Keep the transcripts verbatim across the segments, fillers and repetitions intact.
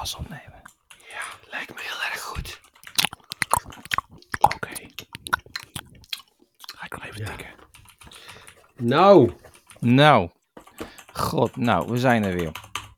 podcast opnemen. Ja, lijkt me heel erg goed. Oké. Okay. Ga ik wel even Ja. tikken. Nou. Nou. God, nou, we zijn er weer.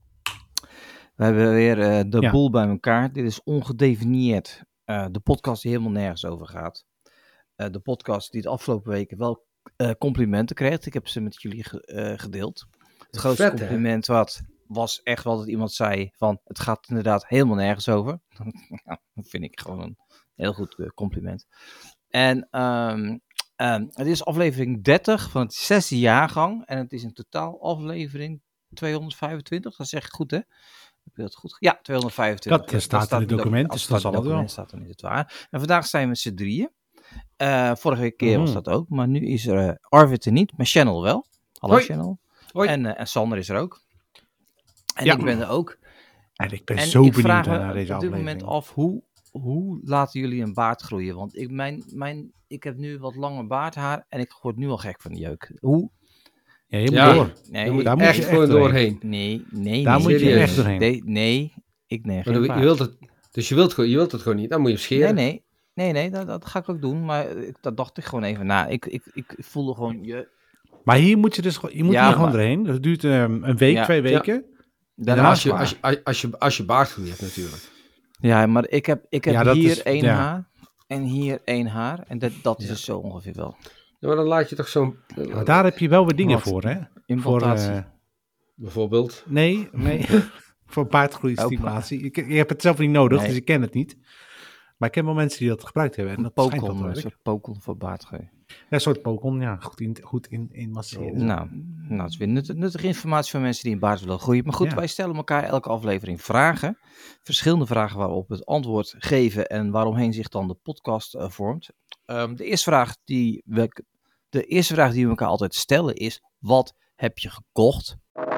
We hebben weer uh, de ja. boel bij elkaar. Dit is ongedefinieerd. Uh, de podcast die helemaal nergens over gaat. Uh, de podcast die de afgelopen weken wel uh, complimenten kreeg. Ik heb ze met jullie ge- uh, gedeeld. Het grootste Vet, compliment hè? wat was echt wel dat iemand zei van het gaat inderdaad helemaal nergens over. Ja, dat vind ik gewoon een heel goed uh, compliment. En um, um, het is aflevering dertig van het zesde jaargang. En het is in totaal aflevering tweehonderdvijfentwintig. Dat zeg ik goed, hè? Heb je dat goed? Ja, tweehonderdvijfentwintig. Dat, ja, staat, dat staat in het document, document, dus dat zal het wel. Staat er niet het waar. En vandaag zijn we met z'n drieën. Uh, vorige keer mm-hmm. was dat ook, maar nu is er uh, Arvid er niet, maar Channel wel. Hallo Hoi. Channel. Hoi. En, uh, en Sander is er ook. En ja. ik ben er ook. En ik ben en zo ik benieuwd naar deze aflevering. op dit moment af, hoe, hoe laten jullie een baard groeien? Want ik, mijn, mijn, ik heb nu wat langer baardhaar en ik word nu al gek van de jeuk. Hoe? Ja, je moet ja, door. Nee, je moet daar echt, moet je echt gewoon doorheen. Nee, nee, daar nee. moet je echt doorheen. Nee, nee ik neem geen je baard. wilt het, dus je wilt, je wilt het gewoon niet, dan moet je scheren. Nee, nee. Nee, nee, dat, dat ga ik ook doen, maar ik, dat dacht ik gewoon even na. Ik, ik, ik voelde gewoon je. Maar hier moet je dus je moet ja, hier gewoon doorheen. Dat duurt um, een week, ja, twee weken. Ja. Daarna als je, als, je, als, je, als je baard groeit natuurlijk. Ja, maar ik heb, ik heb ja, hier is, één ja. haar en hier één haar. En dat, dat is ja. dus zo ongeveer wel. Ja, maar dan laat je toch zo'n... Maar daar heb je wel weer dingen Wat? voor, hè? Implantatie. Voor, uh, bijvoorbeeld? Nee, nee. voor baardgroeistimulatie. Je, je hebt het zelf niet nodig, nee. dus ik ken het niet. Maar ik ken wel mensen die dat gebruikt hebben. En dat Pokon, een soort pokon voor baardgroei. Ja, een soort pokon, ja. Goed in, goed in, in masseren. Nou, nou, het is weer nut, nuttige informatie voor mensen die een baard willen groeien. Maar goed, ja. wij stellen elkaar elke aflevering vragen. Verschillende vragen waarop we het antwoord geven en waaromheen zich dan de podcast uh, vormt. Um, de, eerste vraag die we, de eerste vraag die we elkaar altijd stellen is, wat heb je gekocht?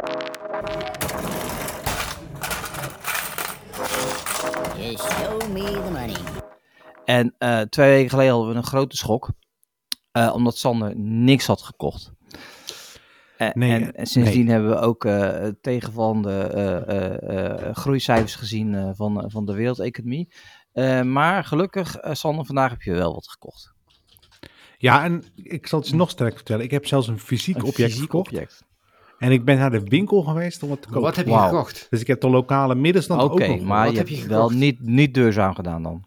Show me the money. En uh, twee weken geleden hadden we een grote schok. Uh, omdat Sander niks had gekocht. Uh, nee, en, en sindsdien nee. hebben we ook uh, tegenvallende uh, uh, uh, groeicijfers gezien uh, van, uh, van de wereldeconomie. Uh, maar gelukkig, uh, Sander, vandaag heb je wel wat gekocht. Ja, en ik zal het je nog sterker vertellen. Ik heb zelfs een fysiek een object fysiek gekocht. Object. En ik ben naar de winkel geweest om het te kopen. Wat heb je wow. gekocht? Dus ik heb de lokale middenstand okay, ook nog. Oké, maar wat je heb hebt je wel niet, niet duurzaam gedaan dan?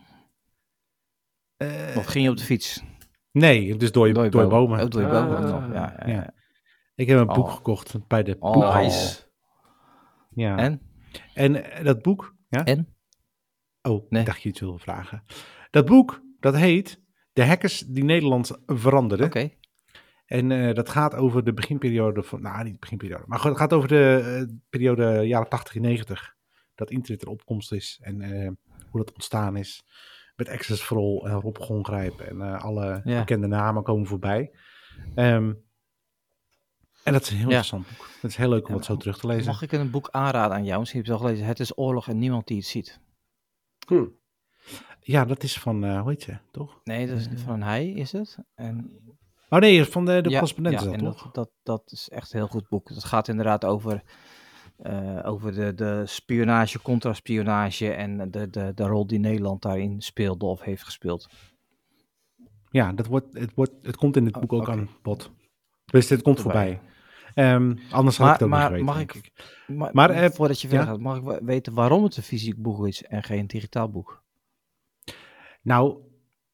Uh, of ging je op de fiets? Nee, dus door je, door je bomen. bomen. Oh, door je ah. bomen nog. Ja, ja, ja. ja. Ik heb een boek oh. gekocht bij de oh. boekhandel. Ja. En? En uh, dat boek... Ja? En? Oh, nee. Ik dacht je iets wilde vragen. Dat boek, dat heet De Hackers die Nederland veranderden. Oké. Okay. En uh, dat gaat over de beginperiode van... Nou, niet de beginperiode. Maar het gaat over de uh, periode jaren tachtig en negentig. Dat internet in opkomst is. En uh, hoe dat ontstaan is. Met Access for All en Rob Gongrijp. En uh, alle ja. bekende namen komen voorbij. Um, en dat is een heel ja. interessant boek. Het is heel leuk om ja, het zo terug te lezen. Mag ik een boek aanraden aan jou? Misschien heb je het al gelezen. Het is Oorlog en niemand die het ziet. Hm. Ja, dat is van... Uh, hoe heet je, toch? Nee, dat is van een hij, is het? En... Oh nee, van de, de ja, correspondenten, ja, toch? Dat, dat, dat is echt een heel goed boek. Het gaat inderdaad over, uh, over de, de spionage, contraspionage en de, de, de rol die Nederland daarin speelde of heeft gespeeld. Ja, dat wordt, het, wordt, het komt in het boek oh, ook okay. aan bod. Dus dit komt voorbij. voorbij. Um, anders had maar, ik het ook maar, niet geweten. Mag ik, ik. Maar, maar uh, voordat je verder ja? gaat, mag ik weten waarom het een fysiek boek is en geen digitaal boek? Nou...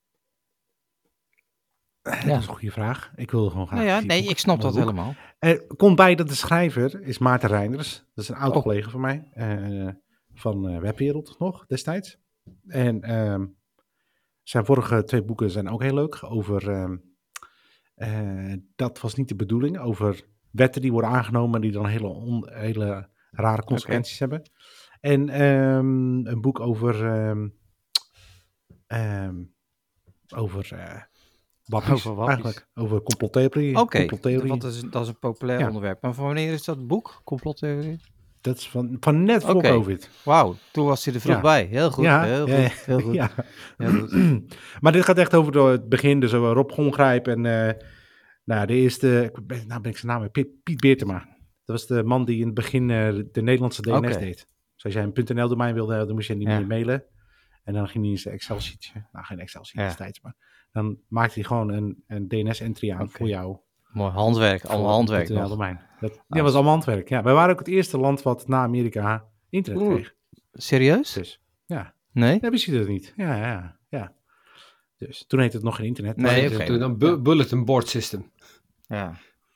Ja. Dat is een goede vraag. Ik wil gewoon graag... Nou ja, nee, ik snap dat boek. helemaal. Er komt bij dat de schrijver is Maarten Reinders. Dat is een oud oh. collega van mij. Uh, van uh, Webwereld nog, destijds. En uh, zijn vorige twee boeken zijn ook heel leuk. Over... Uh, uh, dat was niet de bedoeling. Over wetten die worden aangenomen... die dan hele, on, hele rare consequenties okay. hebben. En um, een boek over... Um, um, over... Uh, Wappies, over wappies. Eigenlijk, over complottheorie. Oké, okay, dat, dat is een populair ja. onderwerp. Maar van wanneer is dat boek, complottheorie? Dat is van, van net voor okay. COVID. Wauw, toen was hij er vroeg ja. bij. Heel goed, ja, heel, ja, goed heel goed. Ja. Heel goed. Maar dit gaat echt over het begin, dus Rob Gongrijp en uh, nou, de eerste, nou ben ik zijn naam, Piet, Piet Beertema. Dat was de man die in het begin uh, de Nederlandse D N S okay. deed. Dus als jij een .nl domein wilde hebben, dan moest je niet Ja. meer mailen. En dan ging hij in zijn Excel-sheetje. Nou, geen Excel-sheet Ja. destijds, maar dan maakte hij gewoon een, een D N S-entry aan Oké. voor jou. Mooi handwerk, allemaal voor handwerk een .nl nog. domein. Dat, ja, Nice. was allemaal handwerk. Ja, wij waren ook het eerste land wat na Amerika internet Oeh. kreeg. Serieus? Dus, ja. Nee? Ja, wist je dat niet? Ja, ja, ja. Dus toen heette het nog geen internet. Nee, Maar- oké. Toen dan bu- bulletin board system. Ja.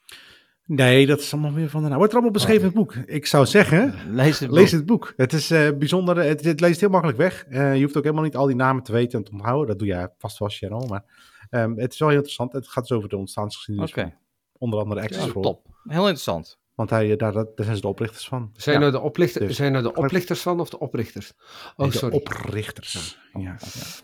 Nee, dat is allemaal weer van de nou. Wordt er allemaal beschreven in het boek. Ik zou zeggen, Lees het lees boek. het boek. Het is eh, bijzonder. Het, het leest heel makkelijk weg. Eh, je hoeft ook helemaal niet al die namen te weten en te onthouden. Dat doe jij vast wel, Sharon. Maar ehm, het is wel heel interessant. Het gaat dus over de ontstaansgeschiedenis Oké. van onder andere Access Ja, for All. top. Heel interessant. Want hij, daar, daar zijn ze de oprichters van. Zijn, Ja. nou de oplichter, Dus- zijn nou de oplichters van of de oprichters? Oh, Nee, de sorry. oprichters. Ja. Ja.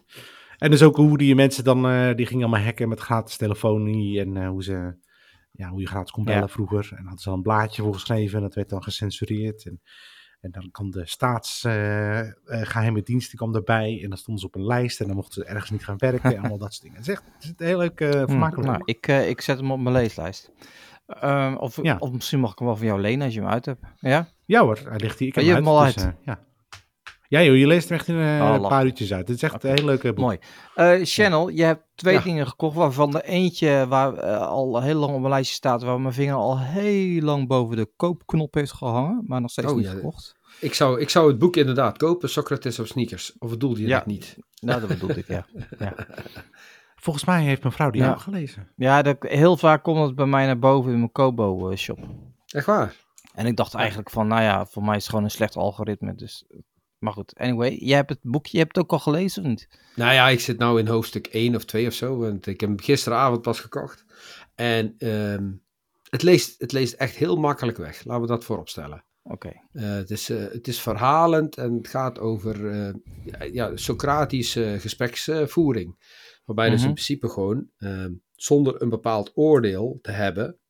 En dus ook hoe die mensen dan, eh, die gingen allemaal hacken met gratis telefonie en eh, hoe ze, ja, hoe je gratis kon bellen Ja. vroeger. En daar hadden ze dan een blaadje voor geschreven en dat werd dan gecensureerd. En, en dan kwam de staatsgeheime uh, geheime dienst, die kwam erbij en dan stonden ze op een lijst en dan mochten ze ergens niet gaan werken en allemaal dat soort dingen. Het is echt het is een heel leuk, uh, vermakelijk. Hmm, nou, ik, uh, ik zet hem op mijn leeslijst. Um, of, Ja. of misschien mag ik hem wel van jou lenen als je hem uit hebt. Ja? Ja hoor, hij ligt hier. Ik heb je hem hebt hem al uit. Dus, uit? uh, ja. Ja joh, je leest hem echt in uh, Oh, een lach. paar uurtjes uit. Het is echt Oké. een heel leuk boek. Mooi. Uh, Channel, je hebt twee Ja. dingen gekocht waarvan de eentje waar uh, al heel lang op mijn lijstje staat, waar mijn vinger al heel lang boven de koopknop heeft gehangen, maar nog steeds Oh, niet ja. gekocht. Ik zou, ik zou het boek inderdaad kopen, Socrates op sneakers. Of bedoelde je Ja. dat niet? Nou, dat bedoelde ik, ja. ja. Volgens mij heeft mijn vrouw die Ja. ook gelezen. Ja, dat, heel vaak komt het bij mij naar boven in mijn Kobo-shop. Echt waar? En ik dacht eigenlijk van, nou ja, voor mij is het gewoon een slecht algoritme, dus... Maar goed, anyway, jij hebt het boekje, je hebt het ook al gelezen of niet? Nou ja, ik zit nou in hoofdstuk één of twee of zo. Want ik heb hem gisteravond pas gekocht. En um, het, leest, het leest echt heel makkelijk weg. Laten we dat voorop stellen. Oké. Okay. Uh, het, is, uh, het is verhalend en het gaat over uh, ja, ja, Socratische gespreksvoering. Waarbij mm-hmm. dus in principe gewoon uh, zonder een bepaald oordeel te hebben.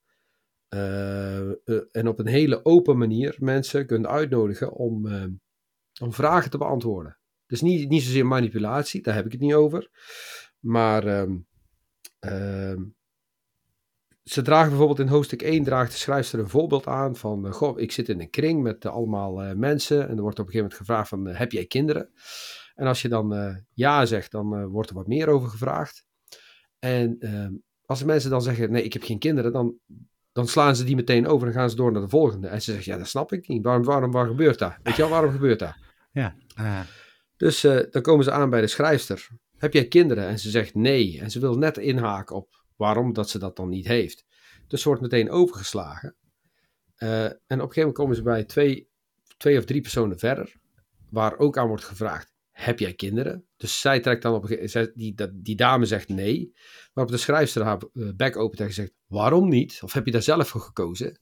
Uh, uh, en op een hele open manier mensen kunt uitnodigen om... Uh, om vragen te beantwoorden. Dus niet, niet zozeer manipulatie, daar heb ik het niet over. Maar um, um, ze dragen bijvoorbeeld in hoofdstuk één, draagt de schrijfster een voorbeeld aan van, uh, goh, ik zit in een kring met uh, allemaal uh, mensen en er wordt op een gegeven moment gevraagd van, uh, heb jij kinderen? En als je dan uh, ja zegt, dan uh, wordt er wat meer over gevraagd. En uh, als de mensen dan zeggen, nee, ik heb geen kinderen, dan, dan slaan ze die meteen over en gaan ze door naar de volgende. En ze zeggen, ja, dat snap ik niet. Waarom, waarom, waarom gebeurt dat? Weet je wel, waarom gebeurt dat? Ja. Uh. Dus uh, dan komen ze aan bij de schrijfster. Heb jij kinderen? En ze zegt nee. En ze wil net inhaken op waarom dat ze dat dan niet heeft. Dus ze wordt meteen overgeslagen. Uh, en op een gegeven moment komen ze bij twee, twee of drie personen verder. Waar ook aan wordt gevraagd. Heb jij kinderen? Dus zij trekt dan op een gegeven moment. Die, die, die dame zegt nee. Waarop de schrijfster haar uh, bek opent en zegt. Waarom niet? Of heb je daar zelf voor gekozen?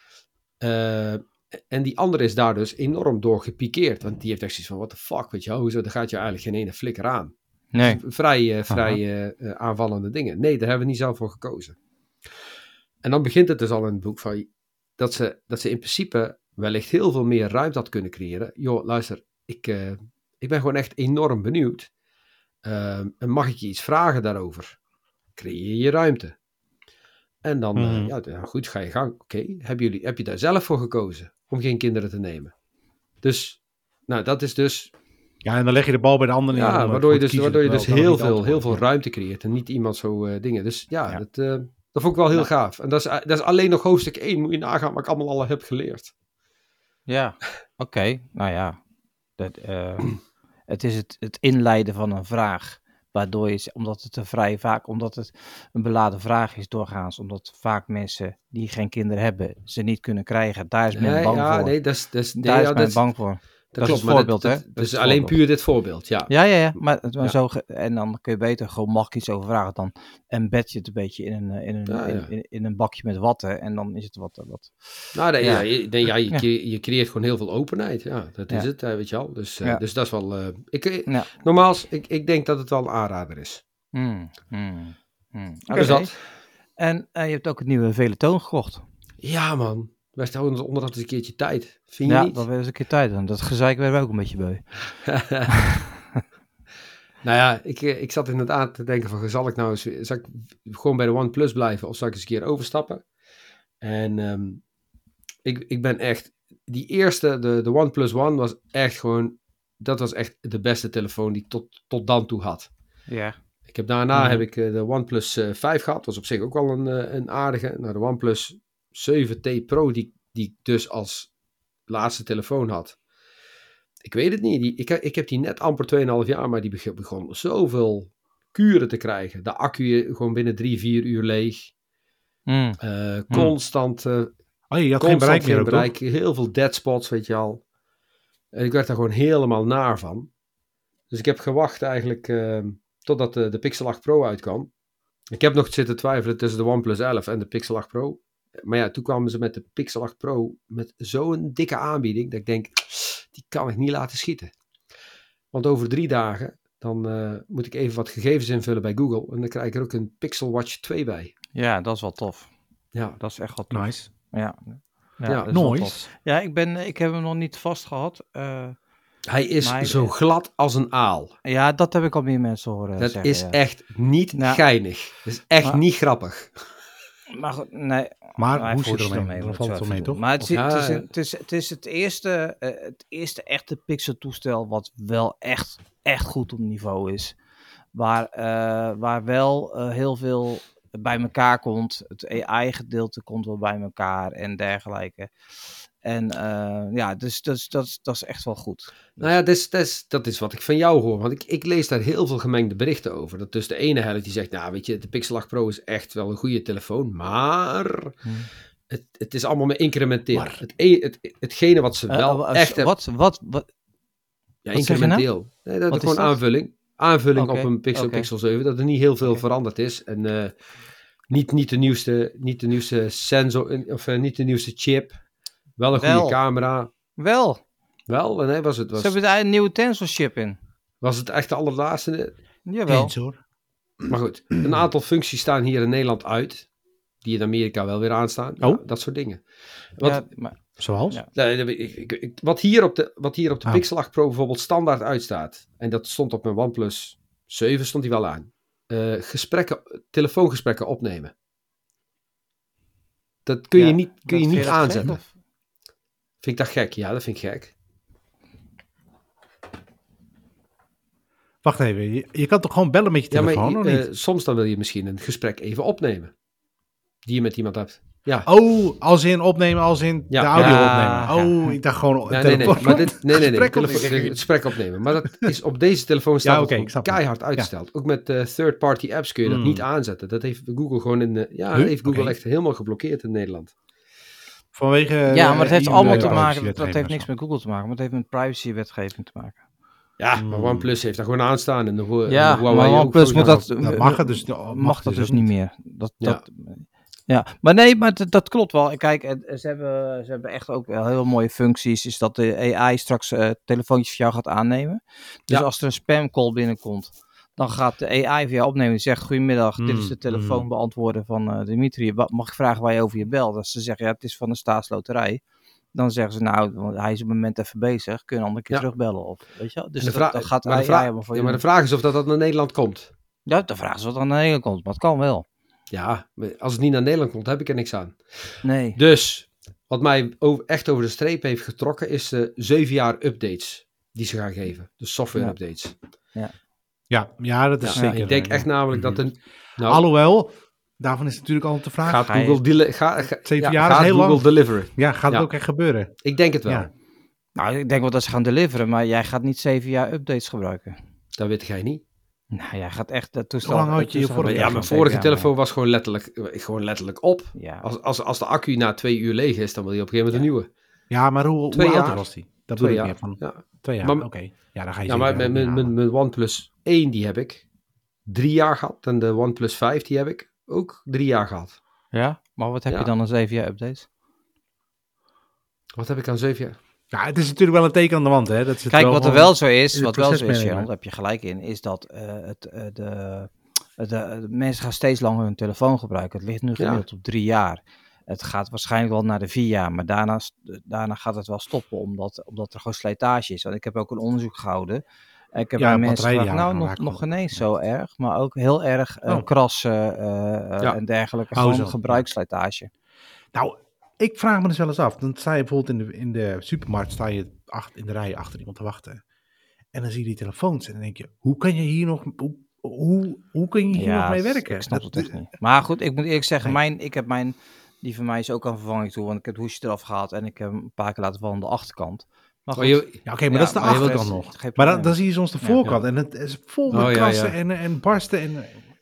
Uh, En die andere is daar dus enorm door gepikeerd. Want die heeft echt zoiets van, what the fuck, weet je wel. Hoezo, daar gaat je eigenlijk geen ene flikker aan. Nee. Dus vrij uh, vrij uh, uh, aanvallende dingen. Nee, daar hebben we niet zelf voor gekozen. En dan begint het dus al in het boek van... Dat ze, dat ze in principe wellicht heel veel meer ruimte had kunnen creëren. Joh, luister, ik, uh, ik ben gewoon echt enorm benieuwd. Uh, en mag ik je iets vragen daarover? Creëer je ruimte. En dan, mm. uh, ja, nou goed, ga je gang. Oké, okay. heb, heb je daar zelf voor gekozen? Om geen kinderen te nemen. Dus, nou, dat is dus... Ja, en dan leg je de bal bij de ander neer. Ja, waardoor je dus, waardoor je dus heel, veel, heel veel ruimte creëert. En niet iemand zo uh, dingen. Dus ja, ja. Dat, uh, dat vond ik wel heel ja. gaaf. En dat is, dat is alleen nog hoofdstuk één. Moet je nagaan wat ik allemaal al heb geleerd. Ja, oké. Okay. Nou ja. Dat, uh, het is het, het inleiden van een vraag. Waardoor je, omdat het een vrij vaak, omdat het een beladen vraag is doorgaans, omdat vaak mensen die geen kinderen hebben, ze niet kunnen krijgen. Daar is men nee, bang ja, voor. Nee, dat is, dat is, nee, Daar ja, is men dat is, bang voor. Dat, dat is het voorbeeld, dat, hè? Dat, dat dat is alleen voorbeeld. puur dit voorbeeld, ja. Ja, ja, ja. Maar, maar ja. Zo, en dan kun je beter gewoon, mag ik iets over vragen, dan embed je het een beetje in een, in een, ja, ja. In, in, in een bakje met watten en dan is het wat... wat nou, nee, ja. Ja, nee, ja, je, ja. Je, je creëert gewoon heel veel openheid, ja, dat is ja. het, weet je wel. Dus, uh, ja. dus dat is wel... Uh, ik, ja. Nogmaals, ik, ik denk dat het wel een aanrader is. Hmm, hmm, hmm. Okay. Dus dat. En uh, je hebt ook het nieuwe Veletoon gekocht. Ja, man. Wij stellen ons onder dat eens een keertje tijd. Vind je ja, niet? dat werd eens een keer tijd. En dat gezeik werd we ook een beetje bij. nou ja, ik, ik zat inderdaad te denken van, zal ik nou eens, zal ik gewoon bij de OnePlus blijven of zal ik eens een keer overstappen? En um, ik, ik ben echt, die eerste, de, de OnePlus One, was echt gewoon... Dat was echt de beste telefoon die ik tot, tot dan toe had. Ja. Ik heb daarna Mm-hmm. heb ik uh, de OnePlus uh, vijf gehad. Was op zich ook wel een, uh, een aardige. Nou, de OnePlus zeven T Pro, die, die ik dus als laatste telefoon had. Ik weet het niet. Die, ik, ik heb die net amper twee komma vijf jaar, maar die begon, begon zoveel kuren te krijgen. De accu gewoon binnen drie, vier uur leeg. Mm. Uh, constant... Uh, oh, je had constant geen bereik meer geen ook, bereik. toch? Heel veel dead spots, weet je al. En ik werd daar gewoon helemaal naar van. Dus ik heb gewacht eigenlijk uh, totdat de, de Pixel acht Pro uitkwam. Ik heb nog zitten twijfelen tussen de OnePlus elf en de Pixel acht Pro. Maar ja, toen kwamen ze met de Pixel acht Pro met zo'n dikke aanbieding dat ik denk, die kan ik niet laten schieten. Want over drie dagen, dan uh, moet ik even wat gegevens invullen bij Google. En dan krijg ik er ook een Pixel Watch twee bij. Ja, dat is wel tof. Ja. Dat is echt wel tof. Nice. Ja, ja, ja nice. Ja, ik, ben, ik heb hem nog niet vast gehad. Uh, Hij is hij, zo glad als een aal. Ja, dat heb ik al meer mensen horen dat zeggen. is ja. echt niet nou, geinig. Dat is echt maar, niet grappig. Maar goed, nee. Maar hij hoe zit het ermee? ermee? Dan valt het wel mee, toch? Maar het is, ja, het, is, het, is, het is het eerste, uh, het eerste echte Pixel toestel wat wel echt, echt goed op niveau is. Waar, uh, waar wel uh, heel veel bij elkaar komt. Het A I-gedeelte komt wel bij elkaar en dergelijke. En uh, ja, dus dat is, dat, is, dat is echt wel goed. Dus. Nou ja, dat is, dat, is, dat is wat ik van jou hoor. Want ik, ik lees daar heel veel gemengde berichten over. Dat dus de ene helft die zegt, nou weet je, de Pixel acht Pro is echt wel een goede telefoon. Maar hmm. het, het is allemaal maar incrementeel. Maar. Het, het, hetgene wat ze wel uh, uh, echt hebben... Wat, wat, wat? Ja, incrementeel. Nou? Nee, dat wat is gewoon dat? aanvulling. Aanvulling okay. op een Pixel okay. Pixel zeven. Dat er niet heel veel okay. veranderd is. En uh, niet, niet, de nieuwste, niet de nieuwste sensor, of uh, niet de nieuwste chip. Wel een goede wel. camera. Wel. Wel? Nee, was het... Was... Ze hebben daar een nieuwe Tensor chip in. Was het echt de allerlaatste? Jawel. Tensor. Maar goed, een aantal functies staan hier in Nederland uit. Die in Amerika wel weer aanstaan. Oh. Ja, dat soort dingen. Wat, ja, maar, zoals? Ja. Nee, ik, ik, ik, wat hier op de, wat hier op de oh. Pixel acht Pro bijvoorbeeld standaard uitstaat. En dat stond op mijn OnePlus zeven, stond die wel aan. Uh, gesprekken, telefoongesprekken opnemen. Dat kun je ja, niet, kun je niet aanzetten. Gek, vind ik dat gek? Ja, dat vind ik gek. Wacht even, je, je kan toch gewoon bellen met je telefoon, ja, maar, of uh, niet? Soms dan wil je misschien een gesprek even opnemen. Die je met iemand hebt. Ja. Oh, als in opnemen, als in ja. de audio ja. opnemen. Oh, ik dacht gewoon ja, nee, nee, maar dit, nee, nee, nee, telefoon, het gesprek opnemen. Maar dat is op deze telefoon staat ja, okay, keihard uitgesteld. Ja. Ook met uh, third-party apps kun je dat mm. niet aanzetten. Dat heeft Google gewoon in, uh, ja, huh? heeft Google okay. echt helemaal geblokkeerd in Nederland. Vanwege... Ja, maar het heeft allemaal te maken, dat, dat heeft niks met Google te maken, maar het heeft met privacy-wetgeving te maken. Ja, maar OnePlus heeft daar gewoon aanstaan. En de, ja, de maar OnePlus moet dat, dat mag het dus, mag mag dat dus niet meer. Dat, ja. dat, ja, maar nee, maar dat, dat klopt wel. Kijk, ze hebben, ze hebben echt ook wel heel mooie functies. Is dat de A I straks uh, telefoontjes voor jou gaat aannemen. Dus ja. als er een spamcall binnenkomt, dan gaat de A I voor jou opnemen en zegt: goedemiddag, mm, dit is de telefoon mm. beantwoorden van uh, Dimitri. Mag ik vragen waar je over je belt? Als ze zeggen, ja, het is van de staatsloterij. Dan zeggen ze, nou, hij is op het moment even bezig. Kun je een andere keer ja. terugbellen? Of, weet je? Dus dat, vra- dat gaat maar de, vraag, ja, maar de vraag is of dat, dat naar Nederland komt. Ja, de vraag is of dat naar Nederland komt. Maar het kan wel. Ja, als het niet naar Nederland komt, heb ik er niks aan. Nee. Dus, wat mij over, echt over de streep heeft getrokken, is de zeven jaar updates die ze gaan geven. De software ja. updates. Ja. Ja, ja, dat is ja, zeker. Ik denk echt namelijk mm-hmm. dat een... Nou, Alhoewel, daarvan is natuurlijk altijd de vraag. Gaat Google, deli- ga, ga, zeven ja, jaar gaat is heel Google lang. deliveren? Ja, gaat ja. het ook echt gebeuren? Ik denk het wel. Ja. Nou, ik denk wel dat ze gaan deliveren, maar jij gaat niet zeven jaar updates gebruiken. Dat weet jij niet. Nou, jij gaat echt dat toestel... Hoe lang had je je vorige Ja, mijn vorige telefoon was gewoon letterlijk, gewoon letterlijk op. Ja. Als, als, als de accu na twee uur leeg is, dan wil je op een gegeven moment ja. een nieuwe. Ja, maar hoe, twee hoe jaar. oud was die? Dat twee bedoel jaar. ik meer van. Ja. Twee jaar, oké. Okay. Ja, dan ga je ja, maar mijn, mijn, mijn, mijn OnePlus één, die heb ik drie jaar gehad. En de OnePlus vijf, die heb ik ook drie jaar gehad. Ja, maar wat heb ja. je dan aan zeven jaar updates? Wat heb ik aan zeven jaar? Ja, het is natuurlijk wel een teken aan de wand, hè. Dat is Kijk, wat er wel zo is, wat wel zo is, Jan, daar heb je gelijk in, is dat uh, het, uh, de, de, de mensen gaan steeds langer hun telefoon gebruiken. Het ligt nu gemiddeld ja. op drie jaar. Het gaat waarschijnlijk wel naar de vier jaar, maar daarna, daarna gaat het wel stoppen, omdat, omdat er gewoon slijtage is. Want ik heb ook een onderzoek gehouden. Ik heb ja, mensen gevraagd, nou, nog, nog geen eens zo erg, maar ook heel erg uh, oh. krassen uh, ja. en dergelijke. Gewoon gebruiksslijtage. Nou, ik vraag me dus wel eens af. Dan sta je bijvoorbeeld in de, in de supermarkt, sta je acht, in de rij achter iemand te wachten. En dan zie je die telefoons en dan denk je, hoe kan je hier nog, hoe, hoe, hoe kun je hier Ja, nog mee dat- werken? Ik snap Dat- het echt niet. Maar goed, ik moet eerlijk zeggen, Nee. mijn, ik heb mijn, die van mij is ook aan vervanging toe, want ik heb het hoesje eraf gehaald en ik heb hem een paar keer laten vallen aan de achterkant. Maar goed, Oh, je, Ja, oké, maar Ja, dat is de maar je wilt- achterkant nog. geen Maar probleem. dan, dan zie je soms de Ja. voorkant en het is vol met Oh, ja, krassen ja. En, en barsten. En,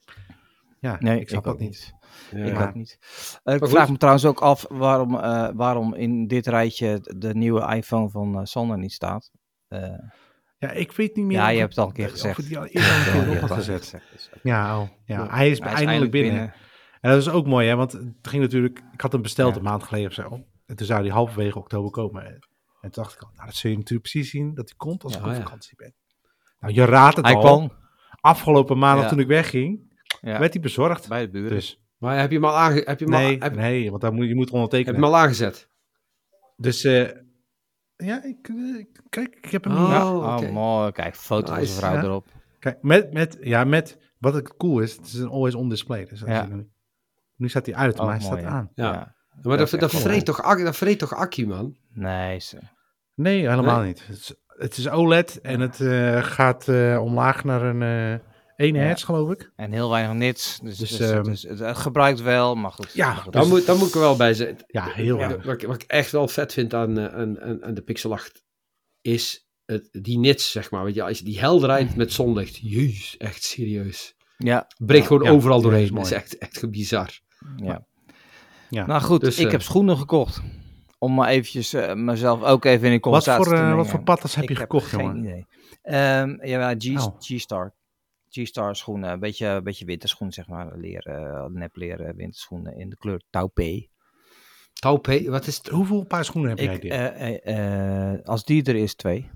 ja, nee, ik snap dat ook niet. ja. Ik Maar- ook niet. Eh, ik goed. vraag me trouwens ook af waarom, eh, waarom in dit rijtje de nieuwe iPhone van eh, Sander niet staat. Eh, Ja, ik weet niet meer. ja, of je het- hebt het al een keer of gezegd. het die al eerder een Ja, keer je op hebt had het al gezet. gezegd, dus oké. Ja, oh, ja, Ja. hij is Hij is eindelijk binnen. En dat is ook mooi, hè? Want het ging natuurlijk. Ik had hem besteld Ja. een maand geleden of zo. En toen zou hij halverwege oktober komen. En toen dacht ik al, nou, dat zul je natuurlijk precies zien dat hij komt als Ja, ik op ja. vakantie ben. Nou, je raadt het Hij al. kwam Afgelopen maandag Ja. toen ik wegging, ja, werd hij bezorgd. bij de buren. Dus Maar heb je hem al, aange, heb je hem nee, al, heb, nee, want dan moet je moet heb je ondertekenen. hem al aangezet? Dus eh, ja, ik, eh, ik- kijk, ik heb hem Oh. hier. Ja, oké. oh, mooi. Kijk, foto van Nice, zijn vrouw ja. erop. Kijk, met, met, ja, met, wat het cool is, het is een always-on display. Dus als Ja. je nu, nu staat hij uit, Oh, maar hij mooi, staat ja. aan. Ja. Ja. Maar Dat dat, is dat, echt vreet mooi. toch, ac- dat vreet toch accu, man? Nee, ze- Nee, helemaal Nee? niet. Het is, het is O L E D en het eh, gaat eh, omlaag naar een eh één Ja. hertz, geloof ik. en heel weinig nits. Dus, Dus, dus, ehm, dus het, het gebruikt wel, maar goed. Ja, maar goed. Dan, Dus- moet, dan moet ik er wel bij zijn. Ja, heel Ja. erg. Wat, ik- wat ik echt wel vet vind aan, eh, aan, aan, aan de Pixel acht is het, die nits, zeg maar. Weet je, als je die helderheid met zonlicht, jezus, echt serieus. Ja, Breekt gewoon ja, overal ja, dat doorheen. is Dat is mooi. echt, echt bizar. ja. Ja. Nou goed, Dus, ik eh, heb schoenen gekocht. Om maar eventjes eh, mezelf ook even in een Wat conversatie voor, te eh, mengen. wat voor patas heb Ik je gekocht, geen jongen? idee. Ehm, ja, G- Oh. G-Star. G-Star schoenen, een beetje, een beetje winterschoenen, zeg maar. Leer, eh, nepleren winterschoenen in de kleur Taupé. Taupé, wat is het? Hoeveel paar schoenen heb jij Ik, dit? eh, eh, eh, als die er is, twee.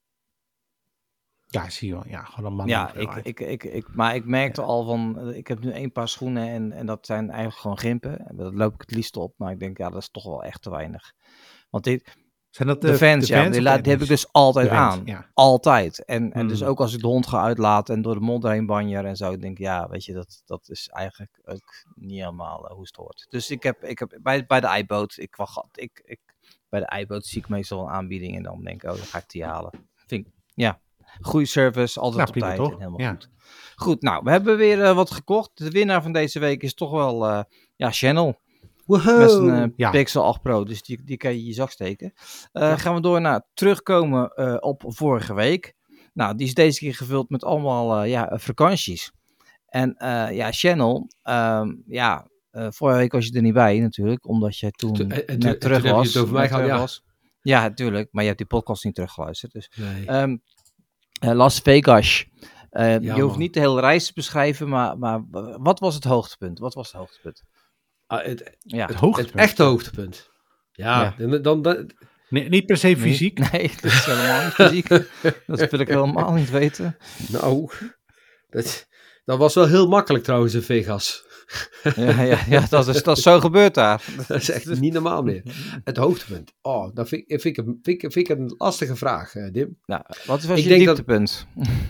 ja, zie je wel. Ja, gewoon een man. Ja, ik, ik, ik, ik, maar ik merkte al van, eh, ik heb nu één paar schoenen en, en dat zijn eigenlijk gewoon gimpen. Dat loop ik het liefst op, maar ik denk, ja, dat is toch wel echt te weinig. Want dit, Zijn dat de fans, ja, die, of laat, die heb ik dus altijd De fans, aan. ja. Altijd. En, en dus Mm. ook als ik de hond ga uitlaten en door de mond heen banjer en zo, ik denk ja, weet je, dat, dat is eigenlijk ook niet helemaal uh, hoe het hoort. Dus ik heb, ik heb bij, bij de iBoat, ik, wacht, ik, ik, bij de iBoat zie ik meestal een aanbieding en dan denk ik, oh, dan ga ik die halen. Vind ik, ja, goede service, altijd Nou, op prima, tijd toch? en helemaal Ja. goed. Goed, nou, we hebben weer uh, wat gekocht. De winnaar van deze week is toch wel, uh, ja, Channel. Wow. Met zijn uh, Ja. Pixel acht Pro, dus die, die kan je in je zak steken. Uh, ja. Gaan we door naar terugkomen uh, op vorige week. Nou, die is deze keer gevuld met allemaal uh, ja, vakanties. En uh, ja, Channel, um, ja, uh, vorige week was je er niet bij natuurlijk, omdat je toen Te- net en- terug en toen heb je was. het over mij net gehad, terug ja. was. Ja, natuurlijk, maar je hebt die podcast niet teruggeluisterd. Dus. Nee. Um, uh, Las Vegas. Uh, Ja, je hoeft man. niet de hele reis te beschrijven, maar, maar wat was het hoogtepunt? Wat was het hoogtepunt? Ah, het, Ja. Het het hoogtepunt. echte hoogtepunt. Ja, dan, dan, dan- Nee, niet per se fysiek. Nee, nee, dat is helemaal niet fysiek. Dat wil ik helemaal niet weten. nou, dat, dat was wel heel makkelijk trouwens in Vegas. Ja, ja, ja dat, is, dat is zo gebeurd daar. Dat is echt niet normaal meer. Het hoogtepunt. Oh, dat vind ik, vind ik, een- vind ik, vind ik een lastige vraag, eh, Dim. Nou, wat was Ik je denk dat- dieptepunt?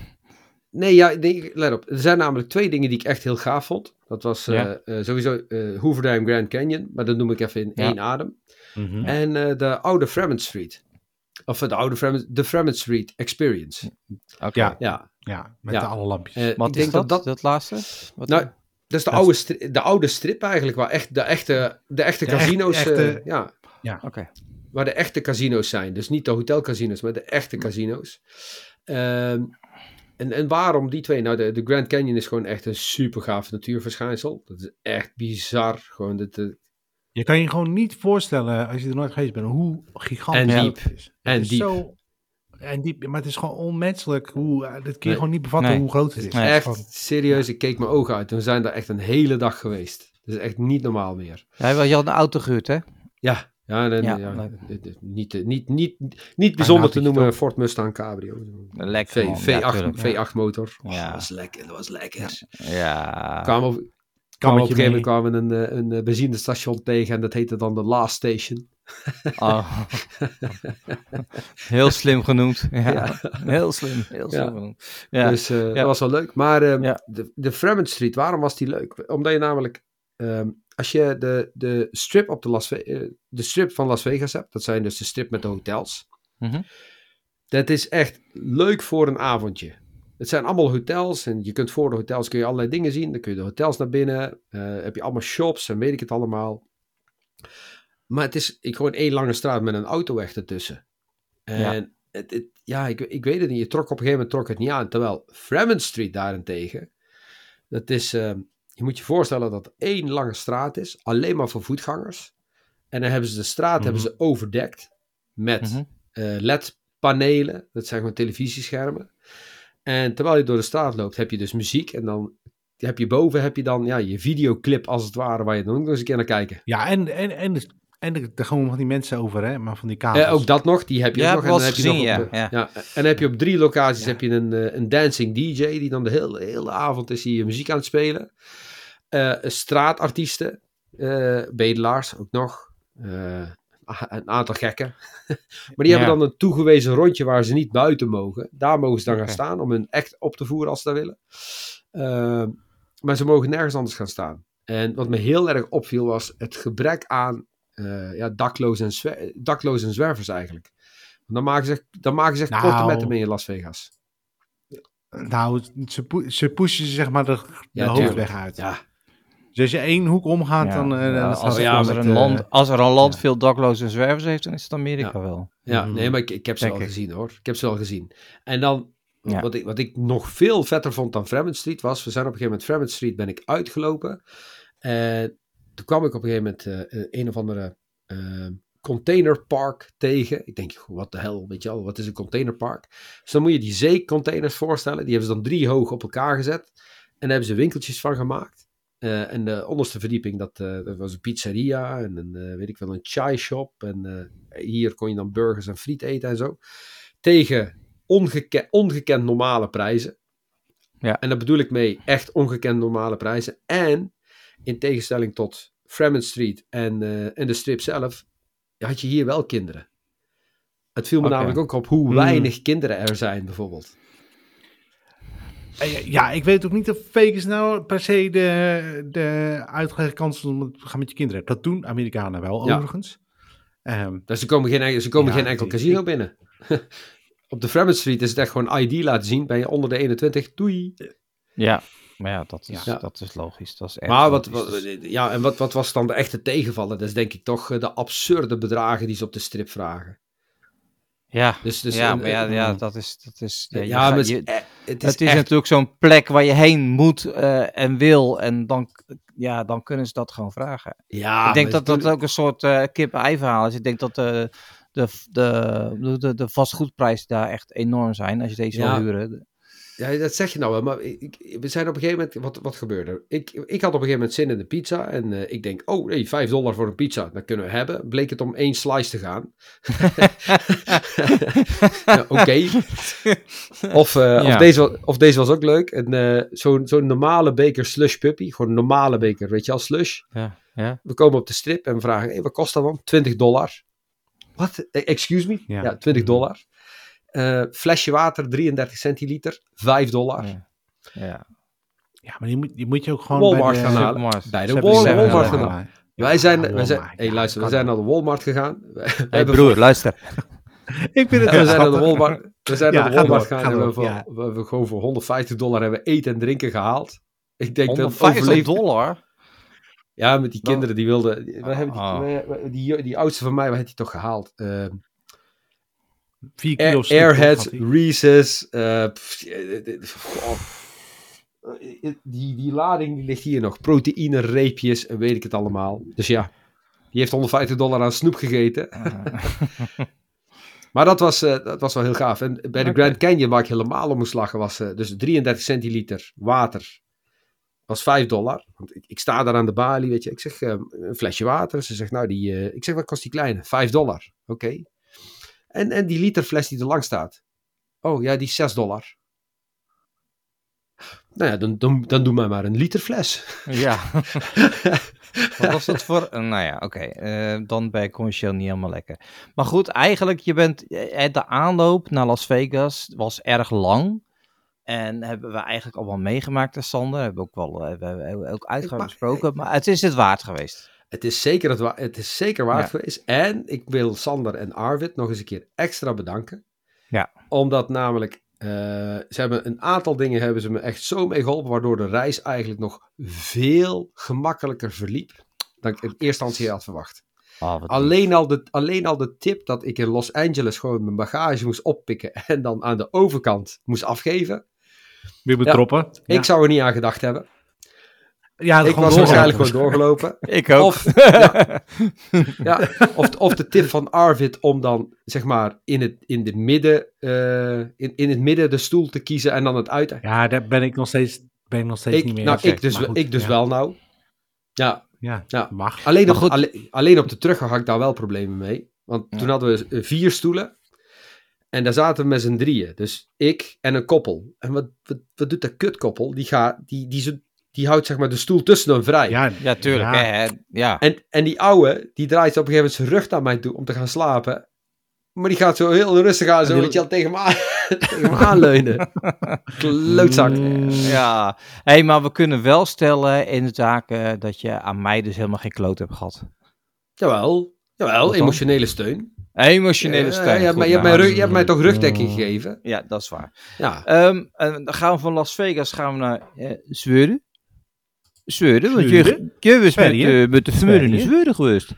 Nee, ja, nee, let op. Er zijn namelijk twee dingen die ik echt heel gaaf vond. Dat was eh, Ja. eh, sowieso eh Hoover Dam Grand Canyon, maar dat noem ik even in Ja. één adem. Mhm. En eh, de oude Fremont Street. Of eh, de oude Fremont, de Fremont Street Experience. Oké. Ja. Ja, Ja, met Ja. de alle lampjes. eh, Wat ik is denk dat, dat dat, dat... laatste? Wat Nou, dat is de Dat- oude, stri- de oude strip eigenlijk, waar echt de echte, de echte De echt- casino's... echte- eh, ja, Oké. waar de echte casino's zijn. Dus niet de hotelcasino's, maar de echte casino's. Ehm, en, en waarom die twee? Nou, de, de Grand Canyon is gewoon echt een super gaaf natuurverschijnsel. Dat is echt bizar. Gewoon dat, eh, Je kan je gewoon niet voorstellen, als je er nooit geweest bent, hoe gigantisch En dat diep. is. Het En is diep. Zo, en diep. Maar het is gewoon onmenselijk. Hoe, uh, dat kun je Nee. gewoon niet bevatten Nee. hoe groot het is. Nee. Het is echt gewoon- serieus. Ik keek mijn ogen uit. We zijn daar echt een hele dag geweest. Dat is echt niet normaal meer. Ja, je had een auto gehuurd, hè? Ja, ja, en, Ja, ja, leuk. dit- dit- niet, eh, niet, niet, niet bijzonder te autootje noemen toch? Ford Mustang Cabrio. Lekker, V, man. V8, Ja, tuurlijk. V acht motor. Oh, Ja. Dat was lekker, dat was lekker. Ja. Kwamen op, kwamen op een Kammetje gegeven moment mee. kwamen we een, eh, een eh, benzinestation tegen en dat heette dan de Last Station. Oh. Heel slim genoemd. Ja. Ja. Heel slim, heel slim Ja. genoemd. Ja. Dus eh, Ja. dat was wel leuk. Maar eh, Ja. de, de Fremont Street, waarom was die leuk? Omdat je namelijk Um, als je de, de, strip op de, Las Ve- uh, de strip van Las Vegas hebt, dat zijn dus de strip met de hotels. Mm-hmm. Dat is echt leuk voor een avondje. Het zijn allemaal hotels en je kunt voor de hotels kun je allerlei dingen zien. Dan kun je de hotels naar binnen, uh, heb je allemaal shops en weet ik het allemaal. Maar het is ik, gewoon één lange straat met een autoweg ertussen. En ja, het, het, ja ik, ik weet het niet. Je trok op een gegeven moment trok het niet aan. Terwijl Fremont Street daarentegen, dat is, uh, je moet je voorstellen dat het één lange straat is, alleen maar voor voetgangers. En dan hebben ze de straat mm-hmm. hebben ze overdekt met mm-hmm. uh, L E D-panelen. Dat zijn gewoon televisieschermen. En terwijl je door de straat loopt, heb je dus muziek. En dan heb je boven heb je dan ja, je videoclip als het ware, waar je dan ook nog eens een keer naar kijkt. Ja, en, en, en, de, en de, de gewoon van die mensen over, hè, maar van die kabels. Eh, ook dat nog, die heb je ja, ook nog. En dan heb je gezien, nog ja, op, ja. ja. En dan heb je op drie locaties ja. heb je een, een dancing D J, die dan de hele, hele avond is die muziek aan het spelen. Uh, straatartiesten, uh, bedelaars ook nog. Uh, een aantal gekken. Maar die ja. hebben dan een toegewezen rondje waar ze niet buiten mogen. Daar mogen ze dan okay. gaan staan om hun act op te voeren als ze dat willen. Uh, maar ze mogen nergens anders gaan staan. En wat me heel erg opviel was het gebrek aan uh, ja, daklozen, en zwer- daklozen en zwervers eigenlijk. Want dan maken ze, dan maken ze echt nou, korte metten mee in Las Vegas. Nou, ze, pu- ze pushen zeg maar de, de ja, hoofdweg uit. Ja. Dus als je één hoek omgaat, ja, dan... Uh, ja, dan als, ja, als, met, er een uh, land, als er een land ja. veel daklozen en zwervers heeft, dan is het Amerika ja. wel. Ja, nee, maar ik, ik heb ze Denk al ik. gezien hoor. Ik heb ze al gezien. En dan, ja. wat, ik, wat ik nog veel vetter vond dan Fremont Street was, we zijn op een gegeven moment Fremont Street ben ik uitgelopen. En toen kwam ik op een gegeven moment uh, een of andere uh, containerpark tegen. Ik denk, wat de hel, weet je al, wat is een containerpark? Dus dan moet je die zeecontainers voorstellen. Die hebben ze dan drie hoog op elkaar gezet. En daar hebben ze winkeltjes van gemaakt. Uh, en de onderste verdieping, dat, uh, dat was een pizzeria en een, uh, weet ik wel, een chai shop. En uh, hier kon je dan burgers en friet eten en zo. Tegen ongeke- ongekend normale prijzen. Ja. En daar bedoel ik mee echt ongekend normale prijzen. En in tegenstelling tot Fremont Street en, uh, en de strip zelf, had je hier wel kinderen. Het viel me okay. namelijk ook op hoe weinig mm. kinderen er zijn, bijvoorbeeld. Ja, ik weet ook niet of Vegas nou per se de, de uitgelegde kans is om te gaan met je kinderen. Dat doen Amerikanen wel, ja. overigens. Um, dus ze komen geen, ze komen ja, geen enkel ik, casino ik, binnen. Op de Fremont Street is het echt gewoon I D laten zien. Ben je onder de eenentwintig, doei. Ja, maar ja, dat is, ja. dat is logisch. Dat is echt maar wat, logisch. wat, ja, en wat, wat was dan de echte tegenvaller? Dat is denk ik toch de absurde bedragen die ze op de strip vragen. Ja, dus, dus ja, een, maar ja, ja, dat is... Dat is ja, ja, gaat, maar je, het, het is, is, het is echt... natuurlijk zo'n plek waar je heen moet uh, en wil. En dan, ja, dan kunnen ze dat gewoon vragen. Ja, ik denk dat natuurlijk... dat ook een soort uh, kip-ei verhaal is. Ik denk dat de, de, de, de, de vastgoedprijzen daar echt enorm zijn als je deze ja. wil huren. Ja, dat zeg je nou wel, maar ik, we zijn op een gegeven moment, wat, wat gebeurde? Ik, ik had op een gegeven moment zin in de pizza en uh, ik denk, oh nee, vijf dollar voor een pizza, dat kunnen we hebben. Bleek het om één slice te gaan. ja, Oké. Okay. Of, uh, ja. of, deze, of deze was ook leuk. En, uh, zo'n, zo'n normale beker slush puppy, gewoon een normale beker, weet je al, slush. Ja, ja. We komen op de strip en we vragen, hey, wat kost dat dan? twintig dollar. Wat? Excuse me? Ja, ja twintig dollar. Uh, flesje water, drieëndertig centiliter, vijf dollar. Ja, ja. ja maar die moet, die moet je ook gewoon Walmart bij de, gaan halen. Bij de Walmart, Walmart gaan halen. Ja, wij zijn, ja, wij zijn, hey, ja, luister, we zijn naar de Walmart gegaan. Hé hey, broer, voor... luister. Ik vind het ja, we zijn naar de Walmart, we zijn ja, naar de Walmart gegaan ga en door, we, ja. we hebben gewoon voor honderdvijftig dollar hebben we eten en drinken gehaald. Ik denk honderdvijftig dollar? Ja, met die kinderen die wilden... We hebben die, oh. we, die, die oudste van mij, we hebben die toch gehaald. Uh, Vier kilo Air, Airheads, Reese's. Uh, oh. die, die lading die ligt hier nog. Proteïne, reepjes en weet ik het allemaal. Dus ja, die heeft honderdvijftig dollar aan snoep gegeten. maar dat was, uh, dat was wel heel gaaf. En bij de okay. Grand Canyon, waar ik helemaal om moest lachen, was uh, dus drieëndertig centiliter water. Was vijf dollar. Want ik, ik sta daar aan de balie, weet je. Ik zeg, uh, een flesje water. Ze zegt, nou, die, uh, ik zeg, wat kost die kleine? vijf dollar. Oké. Okay. En, en die literfles die er lang staat. Oh ja, die is zes dollar. Nou ja, dan, dan, dan doe maar maar een literfles. Ja. Wat was dat voor? Uh, nou ja, oké. Okay. Uh, dan ben ik commercieel niet helemaal lekker. Maar goed, eigenlijk, je bent, de aanloop naar Las Vegas was erg lang. En hebben we eigenlijk allemaal meegemaakt, hè, Sander. Hebben we ook wel uh, we hebben ook uitgebreid maar, besproken. Maar het is het waard geweest. Het is zeker, het wa- het is zeker waard Ja. geweest. En ik wil Sander en Arvid nog eens een keer extra bedanken. Ja. Omdat namelijk, uh, ze hebben een aantal dingen hebben ze me echt zo mee geholpen, waardoor de reis eigenlijk nog veel gemakkelijker verliep dan ik in eerste instantie had verwacht. Oh, alleen, al de, alleen al de tip dat ik in Los Angeles gewoon mijn bagage moest oppikken en dan aan de overkant moest afgeven. Weer betroppen. Ja, Ja. Ik zou er niet aan gedacht hebben. Ja, ik was waarschijnlijk gewoon doorgelopen. Ik ook. Of, ja, ja, of, of de tip van Arvid om dan, zeg maar, in het, in de midden, uh, in, in het midden de stoel te kiezen en dan het uit. Ja, daar ben ik nog steeds, ben ik nog steeds ik, niet meer. Nou, ik dus, goed, ik dus ja. wel nou. Ja. Ja, ja. mag. Alleen op, goed. alleen, alleen op de teruggang had ik daar wel problemen mee. Want ja. toen hadden we vier stoelen. En daar zaten we met z'n drieën. Dus ik en een koppel. En wat, wat, wat doet dat kutkoppel? Die, gaat, die, die, die, die houdt zeg maar de stoel tussen hem vrij. Ja, ja tuurlijk. Ja. Hè, ja. En, en die ouwe, die draait op een gegeven moment zijn rug naar mij toe om te gaan slapen. Maar die gaat zo heel rustig aan, zo die... weet je al, tegen me, aan, tegen me aanleunen. Klootzak. Ja, hey, maar we kunnen wel stellen in de zaken dat je aan mij dus helemaal geen kloot hebt gehad. Jawel, jawel, emotionele steun. Emotionele steun. Ja, ja, goed, maar je, nou, hebt mij rug, je hebt mij toch rugdekking gegeven? Ja, dat is waar. Ja. Um, en dan gaan we van Las Vegas gaan we naar uh, Zweden. Zweden, want je, je was met, uh, met de familie in Zweden geweest.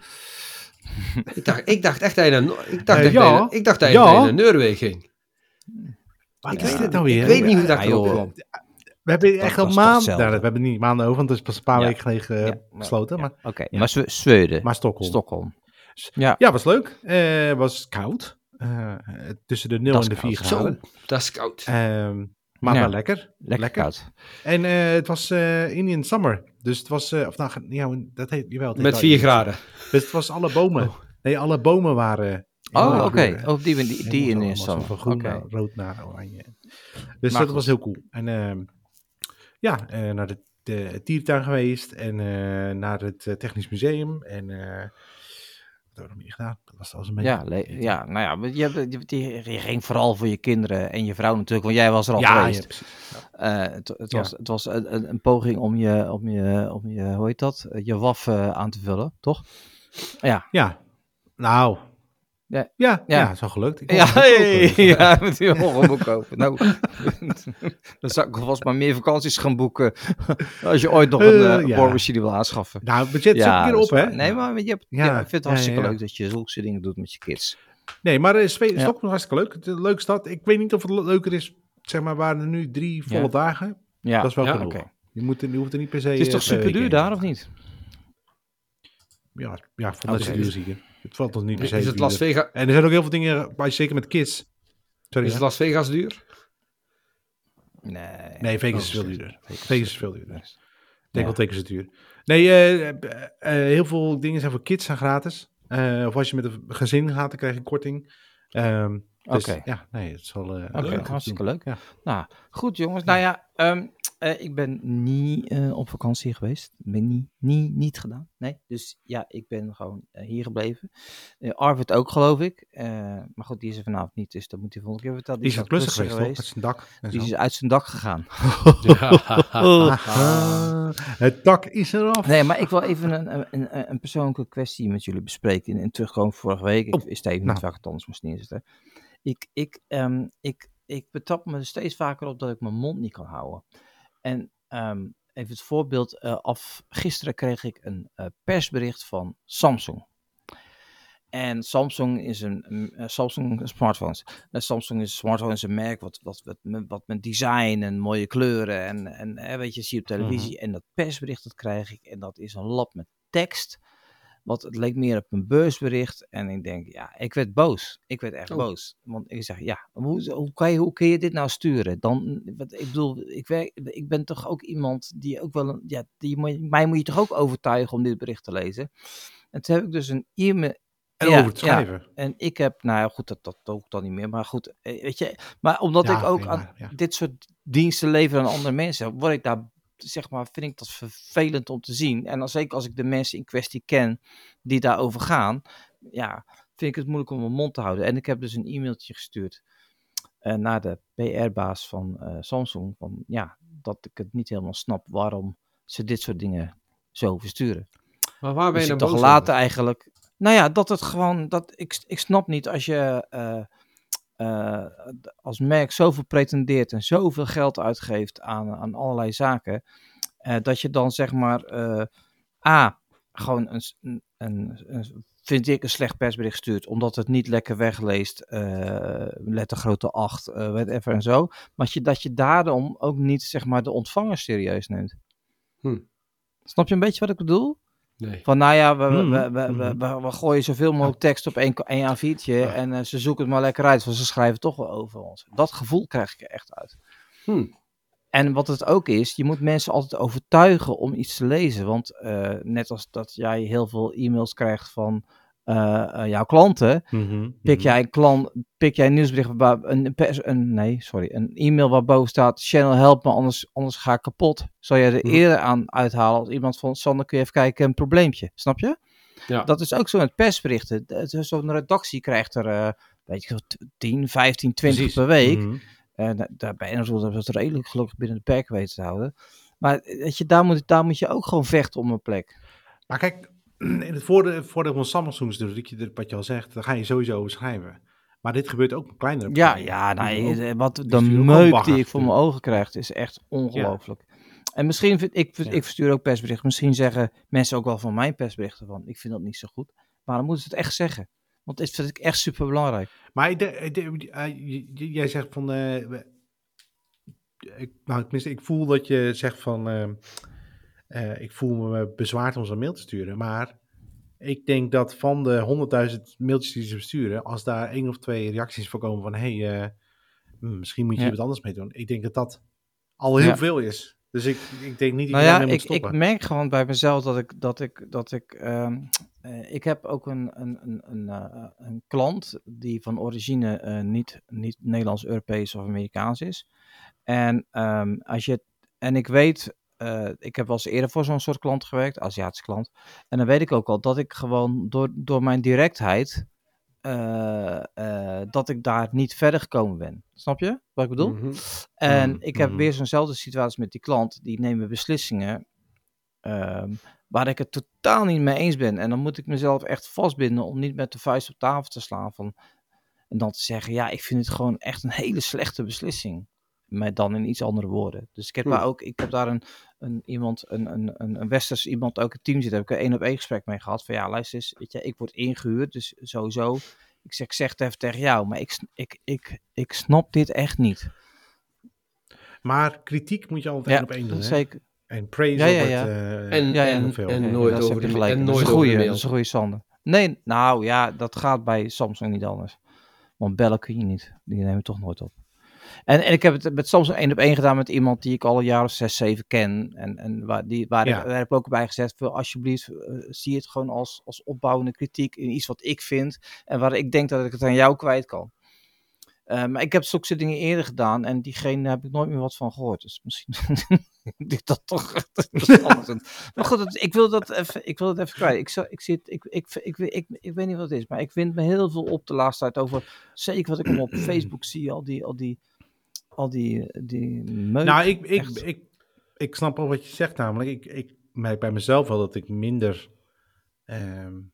Ik dacht, ik dacht echt dat je naar, ik dacht uh, echt ja. dat je, ik dacht dat je ja. naar Noorwegen ging. Wat ik is weet, dit nou weer? Ik weet niet hoe dat ja, erop joh. kwam. We hebben echt al maanden, nou, we hebben niet maanden over, want het is pas een paar ja. weken geleden uh, ja. besloten. Ja. Maar, Oké, okay. ja. maar Z- Zweden. Maar Stockholm. Stockholm. Ja, ja was leuk. Het uh, was koud. Uh, tussen de nul en de vier graden. Zo, dat is koud. Uh, maar ja. wel lekker. Lekker, lekker. koud. En uh, het was uh, Indian Summer. Dus het was, uh, of nou, ja, dat heet, jawel. Met vier graden. Dus het was alle bomen. Oh. Nee, alle bomen waren... Oh, oké. Okay. Oh, die, die, die in Indian Summer. Van groen okay. naar rood naar oranje. Dus maar dat goed. was heel cool. En uh, ja, uh, naar de, de dierentuin geweest. En uh, naar het uh, Technisch Museum. En... Uh, dat hebben we nog niet gedaan. Dat was, dat was een beetje... Ja, le- ja, nou ja, je, je, je, je ging vooral voor je kinderen en je vrouw natuurlijk, want jij was er al ja, geweest. Ja, precies. Ja. Uh, het, het, ja. was, het was een, een poging om je, om je, om je, hoe heet dat, je waf uh, aan te vullen, toch? Ja. Ja, nou... Ja, ja, ja. ja, zo gelukt. Ik ja, hey, ja, met die honger kopen. Nou, dan zou ik alvast maar meer vakanties gaan boeken. Als je ooit nog een uh, ja. boormachine wil aanschaffen. Nou, het budget ja, zit een keer op, hè? Nee, maar je hebt, ja, ja, ik vind het hartstikke ja, ja, ja. leuk dat je zulke dingen doet met je kids. Nee, maar uh, Stockholm is ja. hartstikke leuk. Het is een leuke stad. Ik weet niet of het leuker is, zeg maar, waren er nu drie volle ja. dagen. Ja. Dat is wel ja, genoeg. Okay. Je, moet, je hoeft er niet per se... Het is toch super duur daar, of niet? Ja, ja voor mij is het duur zie je. Het valt toch niet per se. Is het Las Vegas? En er zijn ook heel veel dingen, maar zeker met kids. Sorry, is het Las Vegas duur? Nee. Nee, Vegas oh, is veel duurder. Vegas, Vegas is veel duurder. Ik denk wel twee keer zo duur. Nee, uh, uh, uh, heel veel dingen zijn voor kids zijn gratis. Uh, of als je met een gezin gaat, dan krijg je korting. Um, dus, Oké. Okay. Ja, nee, het is wel uh, okay, leuk. Hartstikke leuk. Ja. Nou, goed jongens. Nou ja, um, uh, ik ben niet uh, op vakantie geweest. Ben niet, niet, niet gedaan. Nee, dus ja, ik ben gewoon uh, hier gebleven. Uh, Arvid ook, geloof ik. Uh, maar goed, die is er vanavond niet, dus dat moet hij volgende keer vertellen. Die, die is klussig geweest, geweest. Uit zijn dak. Die is uit zijn dak gegaan. Het dak is eraf. Nee, maar ik wil even een, een, een, een persoonlijke kwestie met jullie bespreken. En terugkomen vorige week. Ik oh, wist even nou. niet waar ik het anders moest neerzetten. Ik, ik, um, ik, ik betrap me er steeds vaker op dat ik mijn mond niet kan houden. En um, even het voorbeeld uh, af. Gisteren kreeg ik een uh, persbericht van Samsung. En Samsung is een uh, Samsung smartphones. Uh, Samsung is een smartphone is een merk wat, wat, wat, wat, wat met design en mooie kleuren en, en uh, weet je, zie je op televisie. Mm-hmm. En dat persbericht dat krijg ik en dat is een lap met tekst. Want het leek meer op een beursbericht. En ik denk, ja, ik werd boos. Ik werd echt oh. boos. Want ik zeg, ja, hoe, hoe, kan je, hoe kun je dit nou sturen? Dan, wat, ik bedoel, ik, werk, ik ben toch ook iemand die ook wel, een, ja, die, mij moet je toch ook overtuigen om dit bericht te lezen. En toen heb ik dus een e-mail. En ja, over te schrijven. Ja, en ik heb, nou ja, goed, dat, dat ook dan niet meer. Maar goed, weet je, maar omdat ja, ik ook ja, aan ja. dit soort diensten lever aan andere mensen, word ik daar, zeg maar, vind ik dat vervelend om te zien. En dan zeker als ik de mensen in kwestie ken die daarover gaan, ja, vind ik het moeilijk om mijn mond te houden. En ik heb dus een e-mailtje gestuurd uh, naar de P R-baas van uh, Samsung, van ja, dat ik het niet helemaal snap waarom ze dit soort dingen zo versturen. Maar waar ben dus je ik dan toch boos later over? eigenlijk, nou ja, dat het gewoon, dat ik, ik snap niet als je uh, uh, als merk zoveel pretendeert en zoveel geld uitgeeft aan, aan allerlei zaken, uh, dat je dan zeg maar, uh, A, gewoon een, een, een, een, vind ik, een slecht persbericht stuurt, omdat het niet lekker wegleest, uh, lettergrootte acht, uh, whatever en zo, maar je, dat je daarom ook niet zeg maar de ontvanger serieus neemt. Hm. Snap je een beetje wat ik bedoel? Nee. Van nou ja, we, Mm-hmm. we, we, we, we, we gooien zoveel mogelijk tekst op één, één A viertje Ja. en uh, ze zoeken het maar lekker uit, want ze schrijven toch wel over ons. Dat gevoel krijg ik er echt uit. Hm. En wat het ook is, je moet mensen altijd overtuigen om iets te lezen. Want uh, net als dat jij heel veel e-mails krijgt van uh, uh, jouw klanten, Mm-hmm. pik jij een klant, pik jij een nieuwsbericht, waar, een, een, een, nee, sorry, een e-mail waarboven staat, channel help me, anders, anders ga ik kapot. Zal je er Mm-hmm. eerder aan uithalen als iemand van, Sander, kun je even kijken, een probleempje, snap je? Ja. Dat is ook zo met persberichten. Zo'n redactie krijgt er, uh, weet je, tien, vijftien, twintig Precies. per week. Mm-hmm. Uh, daarbij en zo dat we het redelijk gelukkig binnen de perken weten te houden. Maar weet je, daar moet, daar moet je ook gewoon vechten om een plek. Maar kijk, in het voordeel, voordeel van Samsung is natuurlijk, wat je al zegt, daar ga je sowieso over schrijven. Maar dit gebeurt ook met kleinere partijen. Ja, ja nee, ook, wat de dus meuk die ik voor mijn ogen krijg, is echt ongelooflijk. Ja. En misschien vind ik, ja. ik verstuur ook persberichten. Misschien zeggen mensen ook wel van mijn persberichten van, ik vind dat niet zo goed. Maar dan moeten ze het echt zeggen. Want dit vind ik echt super belangrijk. Maar de, de, de, uh, jij zegt van, uh, ik, nou, tenminste, ik voel dat je zegt van, uh, uh, ik voel me bezwaard om zo'n mail te sturen. Maar ik denk dat van de honderdduizend mailtjes die ze besturen, als daar één of twee reacties voor komen van, hé, hey, uh, misschien moet je ja. wat anders mee doen. Ik denk dat dat al heel ja. veel is. Dus ik, ik denk niet dat nou je ja, daarmee ik, moet stoppen. Ik merk gewoon bij mezelf dat ik, dat ik, dat ik, uh, uh, ik heb ook een, een, een, een, uh, een klant die van origine uh, niet, niet Nederlands, Europees of Amerikaans is. En um, als je, en ik weet, uh, ik heb wel eens eerder voor zo'n soort klant gewerkt, Aziatische klant. En dan weet ik ook al dat ik gewoon door, door mijn directheid, Uh, uh, dat ik daar niet verder gekomen ben. Snap je wat ik bedoel? Mm-hmm. En mm-hmm. ik heb weer zo'nzelfde situatie met die klant. Die nemen beslissingen um, waar ik het totaal niet mee eens ben. En dan moet ik mezelf echt vastbinden om niet met de vuist op tafel te slaan. Van, en dan te zeggen, ja, ik vind het gewoon echt een hele slechte beslissing. Maar dan in iets andere woorden. Dus ik heb mm. daar ook, ik heb daar een, een iemand, een, een, een westers iemand ook een team zitten. Heb ik een één op één gesprek mee gehad. Van ja, luister eens, weet je, ik word ingehuurd, dus sowieso. Ik zeg, ik zeg het even tegen jou, maar ik, ik, ik, ik snap dit echt niet. Maar kritiek moet je altijd één ja, op één doen, zeker. Hè? En praise ja, ja, op ja. het uh, en, ja, ja, en, veel. En ja, nooit ja, over de gelijk. En dat nooit is een goeie, over de dat is een goede Sander. Nee, nou ja, dat gaat bij Samsung niet anders. Want bellen kun je niet. Die nemen we toch nooit op. En, en ik heb het met Samsung één op één gedaan met iemand die ik al een jaar of zes, zeven ken. En, en waar, die, waar ja. ik, daar heb ik ook bij gezegd, voor alsjeblieft, uh, zie het gewoon als, als opbouwende kritiek in iets wat ik vind. En waar ik denk dat ik het aan jou kwijt kan. Uh, maar ik heb zulke dingen eerder gedaan en diegene heb ik nooit meer wat van gehoord. Dus misschien dit dat toch anders. Maar goed, ik wil dat even, ik wil dat even kwijt. Ik, zo, ik, zit, ik, ik, ik, ik, ik, ik weet niet wat het is, maar ik vind me heel veel op de laatste tijd over, zeker wat ik allemaal op Facebook zie, al die, al die, al die, die meuk. Nou, ik, ik, ik, ik, ik snap wel wat je zegt namelijk. Ik, ik merk bij mezelf wel dat ik minder... Um,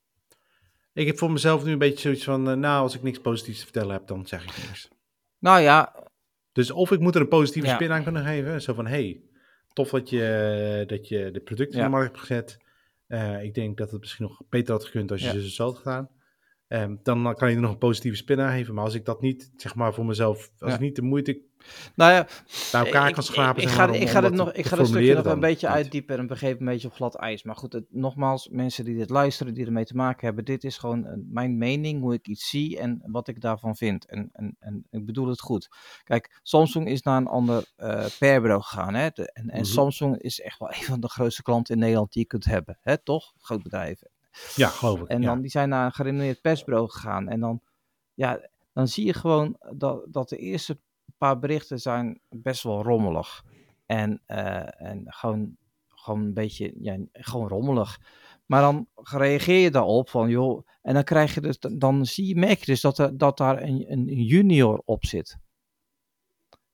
Ik heb voor mezelf nu een beetje zoiets van, uh, nou, als ik niks positiefs te vertellen heb, dan zeg ik niks. Nou ja. Dus of ik moet er een positieve ja. spin aan kunnen geven. Zo van, hey, tof dat je, dat je de producten ja. in de markt hebt gezet. Uh, ik denk dat het misschien nog beter had gekund als je ja. ze zo had gedaan. Um, dan kan je er nog een positieve spin aan geven. Maar als ik dat niet, zeg maar, voor mezelf, als ja. ik niet de moeite... Nou ja, bij elkaar kan schrapen. Ik, ik, ik ga, ik ga het nog, ik ga het stukje nog een beetje niet. uitdiepen en begeven een beetje op glad ijs. Maar goed, het, nogmaals, mensen die dit luisteren, die ermee te maken hebben, dit is gewoon uh, mijn mening, hoe ik iets zie en wat ik daarvan vind. En, en, en ik bedoel het goed. Kijk, Samsung is naar een ander uh, P R-bureau gegaan. Hè? De, en, en mm-hmm. Samsung is echt wel een van de grootste klanten in Nederland die je kunt hebben. Hè? Toch? Groot bedrijf. Ja, geloof ik. En ja. dan die zijn naar een gerenommeerd persbureau gegaan. En dan, ja, dan zie je gewoon dat, dat de eerste paar berichten zijn best wel rommelig. En, uh, en gewoon, gewoon een beetje, ja, gewoon rommelig. Maar dan reageer je daarop van, joh, en dan krijg je dus, dan zie je, merk je dus dat, er, dat daar een, een junior op zit.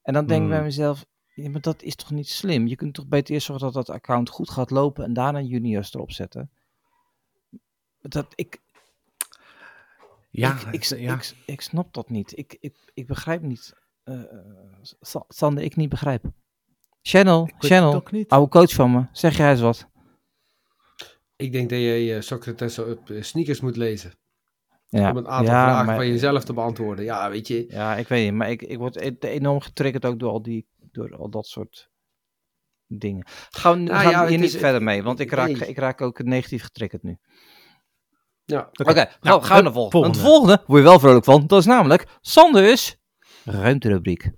En dan denk ik Hmm. bij mezelf, ja, maar dat is toch niet slim? Je kunt toch beter eerst zorgen dat dat account goed gaat lopen en daarna juniors erop zetten. Dat, ik, Ja, ik, ik, ja. ik, ik snap dat niet. Ik, ik, ik begrijp niet. Uh, Sander, ik niet begrijp. Channel, Ik weet Channel, het ook niet. oude coach van me, zeg jij eens wat? Ik denk dat je uh, Socrates op uh, sneakers moet lezen. Ja. Om een aantal ja, vragen maar, van jezelf te beantwoorden. Ja, weet je. Ja, ik weet niet, maar ik, ik word enorm getriggerd ook door al, die, door al dat soort dingen. Gaan we nou, gaan ja, hier niet is, verder mee, want ik raak, nee. ik raak ook negatief getriggerd nu. Ja. Oké, okay, okay, nou, gaan we naar de volgende. Want de volgende word je wel vrolijk van. Dat is namelijk Sanders ruimterubriek.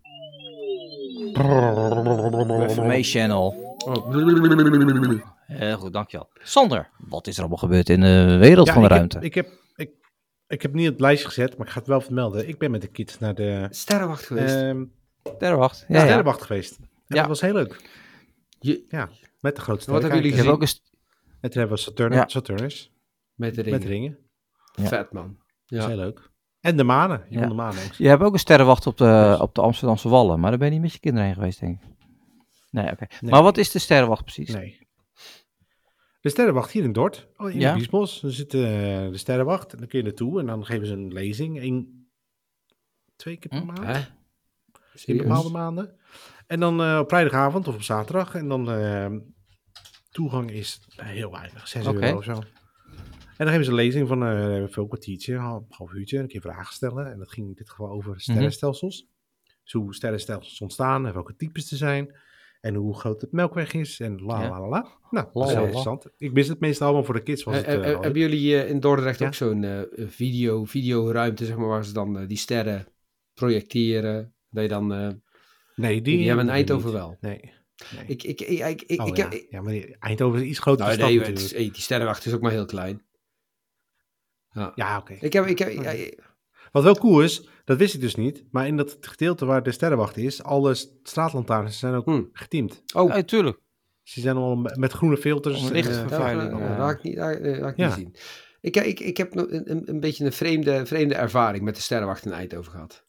Reformation. Oh. Heel goed, dankjewel. Sander, wat is er allemaal gebeurd in de wereld ja, van de ik ruimte? Heb, ik, heb, ik, ik heb niet op het lijstje gezet, maar ik ga het wel vermelden. Ik ben met de kids naar de... Sterrenwacht geweest. Uh, Sterrenwacht. Ja, ja. Sterrenwacht geweest. En ja. Dat was heel leuk. Je... Ja, met de grootste. Wat hebben jullie gezien? Ook een... En toen hebben we Saturnus. Ja. Saturnus. Met de ringen. Met ringen. Ja. Vet, man. Ja. Dat is heel leuk. En de manen. Je, ja. de manen je hebt ook een sterrenwacht op de, op de Amsterdamse Wallen, maar daar ben je niet met je kinderen heen geweest, denk ik. Nee, oké. Okay. Nee. Maar wat is de sterrenwacht precies? Nee. De sterrenwacht hier in Dort, oh, in ja? Biesbos. Er zit uh, de sterrenwacht en dan kun je naartoe en dan geven ze een lezing. Eén, twee keer per hm? maand. Hè? In bepaalde maanden. En dan uh, op vrijdagavond of op zaterdag. En dan uh, toegang is heel weinig, zes okay. euro of zo. En dan geven ze een lezing van uh, veel kwartiertje, een half, half uurtje. En een keer vragen stellen. En dat ging in dit geval over sterrenstelsels. Mm-hmm. Dus hoe sterrenstelsels ontstaan en welke types er zijn. En hoe groot het melkweg is. En la la la la. Nou, dat is heel interessant. Ik mis het meestal allemaal voor de kids. Was het, uh, uh, hebben jullie uh, in Dordrecht ja? ook zo'n uh, video, videoruimte, zeg maar, waar ze dan uh, die sterren projecteren? Dat je dan... Uh, nee, die, die hebben in Eindhoven niet. Wel. Nee. nee. Ik, ik, ik, ik, ik, oh, ik, ja. ik, ja, maar Eindhoven is iets groter nou, stad nee, natuurlijk. Het is, hey, die sterrenwacht is ook maar heel klein. Ja, ja oké. Okay. Ik heb... Ik heb ja, ja. Wat wel cool is, dat wist ik dus niet, maar in dat gedeelte waar de sterrenwacht is, alle straatlantaarns zijn ook hmm. geteamd. Oh, ja, tuurlijk. Ze zijn allemaal met groene filters. Lichtvervuiling. Uh, ja, raak ik niet, raak, raak ik ja. niet zien. Ik, ik, ik heb een, een, een beetje een vreemde, vreemde ervaring met de sterrenwacht in Eindhoven gehad.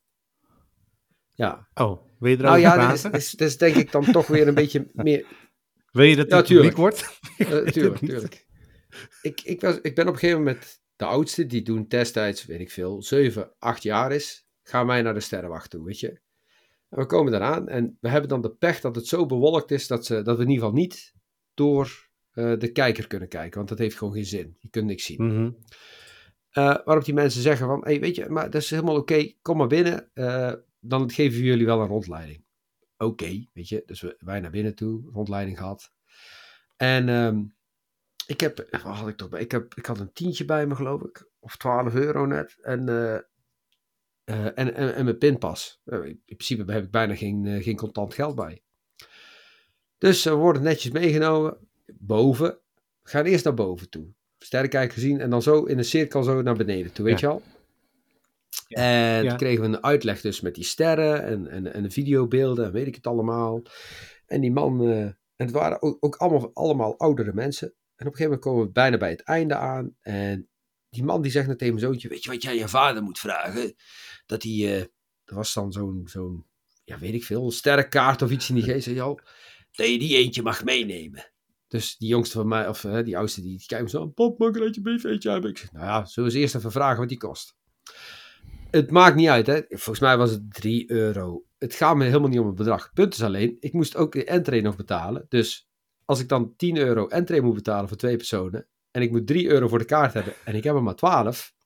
Ja. Oh, wil je erover nou, ja, praten? Dat is, dat is denk ik dan toch weer een beetje meer... Wil je dat het ja, publiek wordt? uh, tuurlijk, tuurlijk. Ik, ik, was, ik ben op een gegeven moment de oudste, die toen destijds, weet ik veel, zeven, acht jaar is, gaan wij naar de sterrenwacht toe, weet je. En we komen eraan en we hebben dan de pech dat het zo bewolkt is dat, ze, dat we in ieder geval niet door uh, de kijker kunnen kijken, want dat heeft gewoon geen zin. Je kunt niks zien. Mm-hmm. Uh, waarop die mensen zeggen van, hey, weet je, maar dat is helemaal oké, okay, kom maar binnen, uh, dan geven we jullie wel een rondleiding. Oké, okay, weet je, dus we, wij naar binnen toe, rondleiding gehad. En um, ik heb, wat had ik toch bij? Ik, heb, ik had een tientje bij me, geloof ik, of twaalf euro net, en, uh, uh, en, en, en mijn pinpas. Uh, in principe heb ik bijna geen, uh, geen contant geld bij. Dus uh, we worden netjes meegenomen, boven, we gaan eerst naar boven toe. Sterrenkijker gezien en dan zo in een cirkel zo naar beneden toe, weet ja. je al? Ja. En ja. toen kregen we een uitleg dus met die sterren en, en, en de videobeelden en weet ik het allemaal. En die man, uh, en het waren ook, ook allemaal, allemaal oudere mensen. En op een gegeven moment komen we bijna bij het einde aan. En die man die zegt net tegen mijn zoontje, weet je wat jij je vader moet vragen? Dat hij, uh, er was dan zo'n, zo'n, ja weet ik veel, een sterrenkaart of iets in die geest. Dat je die eentje mag meenemen. Dus die jongste van mij, of uh, die oudste, die, die kijkt me zo aan, pap, mag ik een B V'tje hebben? Ik zeg, nou ja, zullen we eens eerst even vragen wat die kost? Het maakt niet uit, hè. Volgens mij was het drie euro. Het gaat me helemaal niet om het bedrag. Punt is alleen, ik moest ook de entree nog betalen. Dus als ik dan tien euro entree moet betalen voor twee personen, en ik moet drie euro voor de kaart hebben, en ik heb er maar twaalf,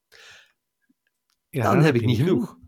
ja, dan, dan heb ik niet genoeg. genoeg.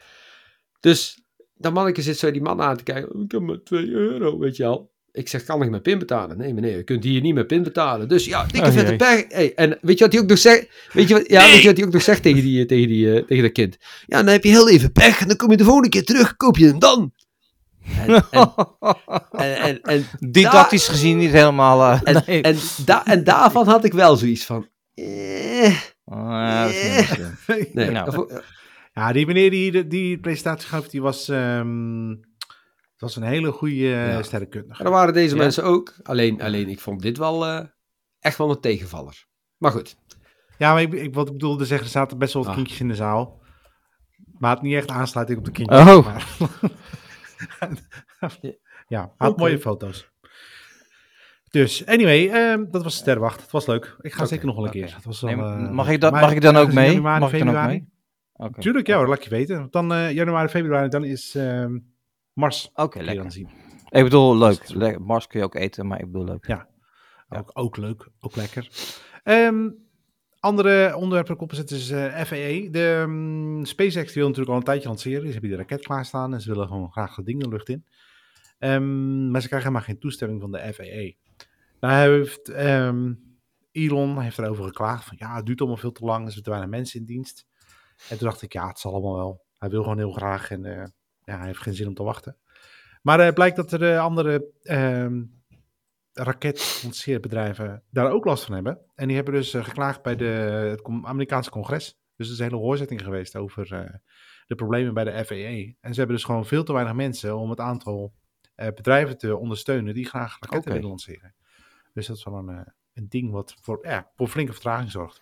Dus dat manneke zit zo die man aan te kijken, ik heb maar twee euro, weet je al. Ik zeg, kan ik met pin betalen? Nee meneer, je kunt hier niet met pin betalen. Dus ja, dikke oh, vette pech. Hey, en weet je wat hij ook nog zegt? Weet je wat, ja, nee. weet je wat hij ook nog zegt tegen, die, tegen, die, uh, tegen dat kind? Ja, dan heb je heel even pech en dan kom je de volgende keer terug, koop je hem dan. En, en, en, en, en didactisch da- gezien niet helemaal... Uh, en, nee. en, da- en daarvan had ik wel zoiets van... Eh, oh, eh, nee, nou. of, uh, ja, die meneer die die presentatie gaf, die was... Um, Het was een hele goede uh, ja. sterrenkundige. Er waren deze ja. mensen ook. Alleen, alleen ik vond dit wel uh, echt wel een tegenvaller. Maar goed. Ja, maar ik, ik, wat ik bedoelde zeggen, er zaten best wel wat ah. kindjes in de zaal. Maar het niet echt aansluiting op de kindjes. Oh. Maar, ja, had Okay. mooie foto's. Dus, anyway, um, dat was Sterrenwacht. Het was leuk. Ik ga Okay. zeker nog wel een Okay. keer. Het was Nee, wel, uh, mag, ik dat, mag ik dan ook mee? Januari, mag ik dan ook februari? mee? Okay. Tuurlijk, ja hoor, laat je weten. Want dan uh, januari, februari, dan is um, Mars. Oké, okay, lekker. Dan zien. Ik bedoel, leuk. Le- Mars kun je ook eten, maar ik bedoel leuk. Ja, ja. Ook, ook leuk. Ook lekker. Um, andere onderwerpen opzetten is uh, F A A. De um, SpaceX die wil natuurlijk al een tijdje lanceren. Ze hebben die raket klaarstaan en ze willen gewoon graag dat ding de lucht in. Um, maar ze krijgen helemaal geen toestemming van de F A A. Nou heeft um, Elon heeft erover geklaagd van ja, het duurt allemaal veel te lang, er zijn te weinig mensen in dienst. En toen dacht ik, ja, het zal allemaal wel. Hij wil gewoon heel graag en uh, ja, hij heeft geen zin om te wachten. Maar het uh, blijkt dat er uh, andere um, raketlanceerbedrijven daar ook last van hebben. En die hebben dus uh, geklaagd bij de, het Amerikaanse congres. Dus er is een hele hoorzitting geweest over uh, de problemen bij de F A A. En ze hebben dus gewoon veel te weinig mensen om het aantal uh, bedrijven te ondersteunen die graag raketten okay. willen lanceren. Dus dat is wel een, uh, een ding wat voor, ja, voor flinke vertraging zorgt.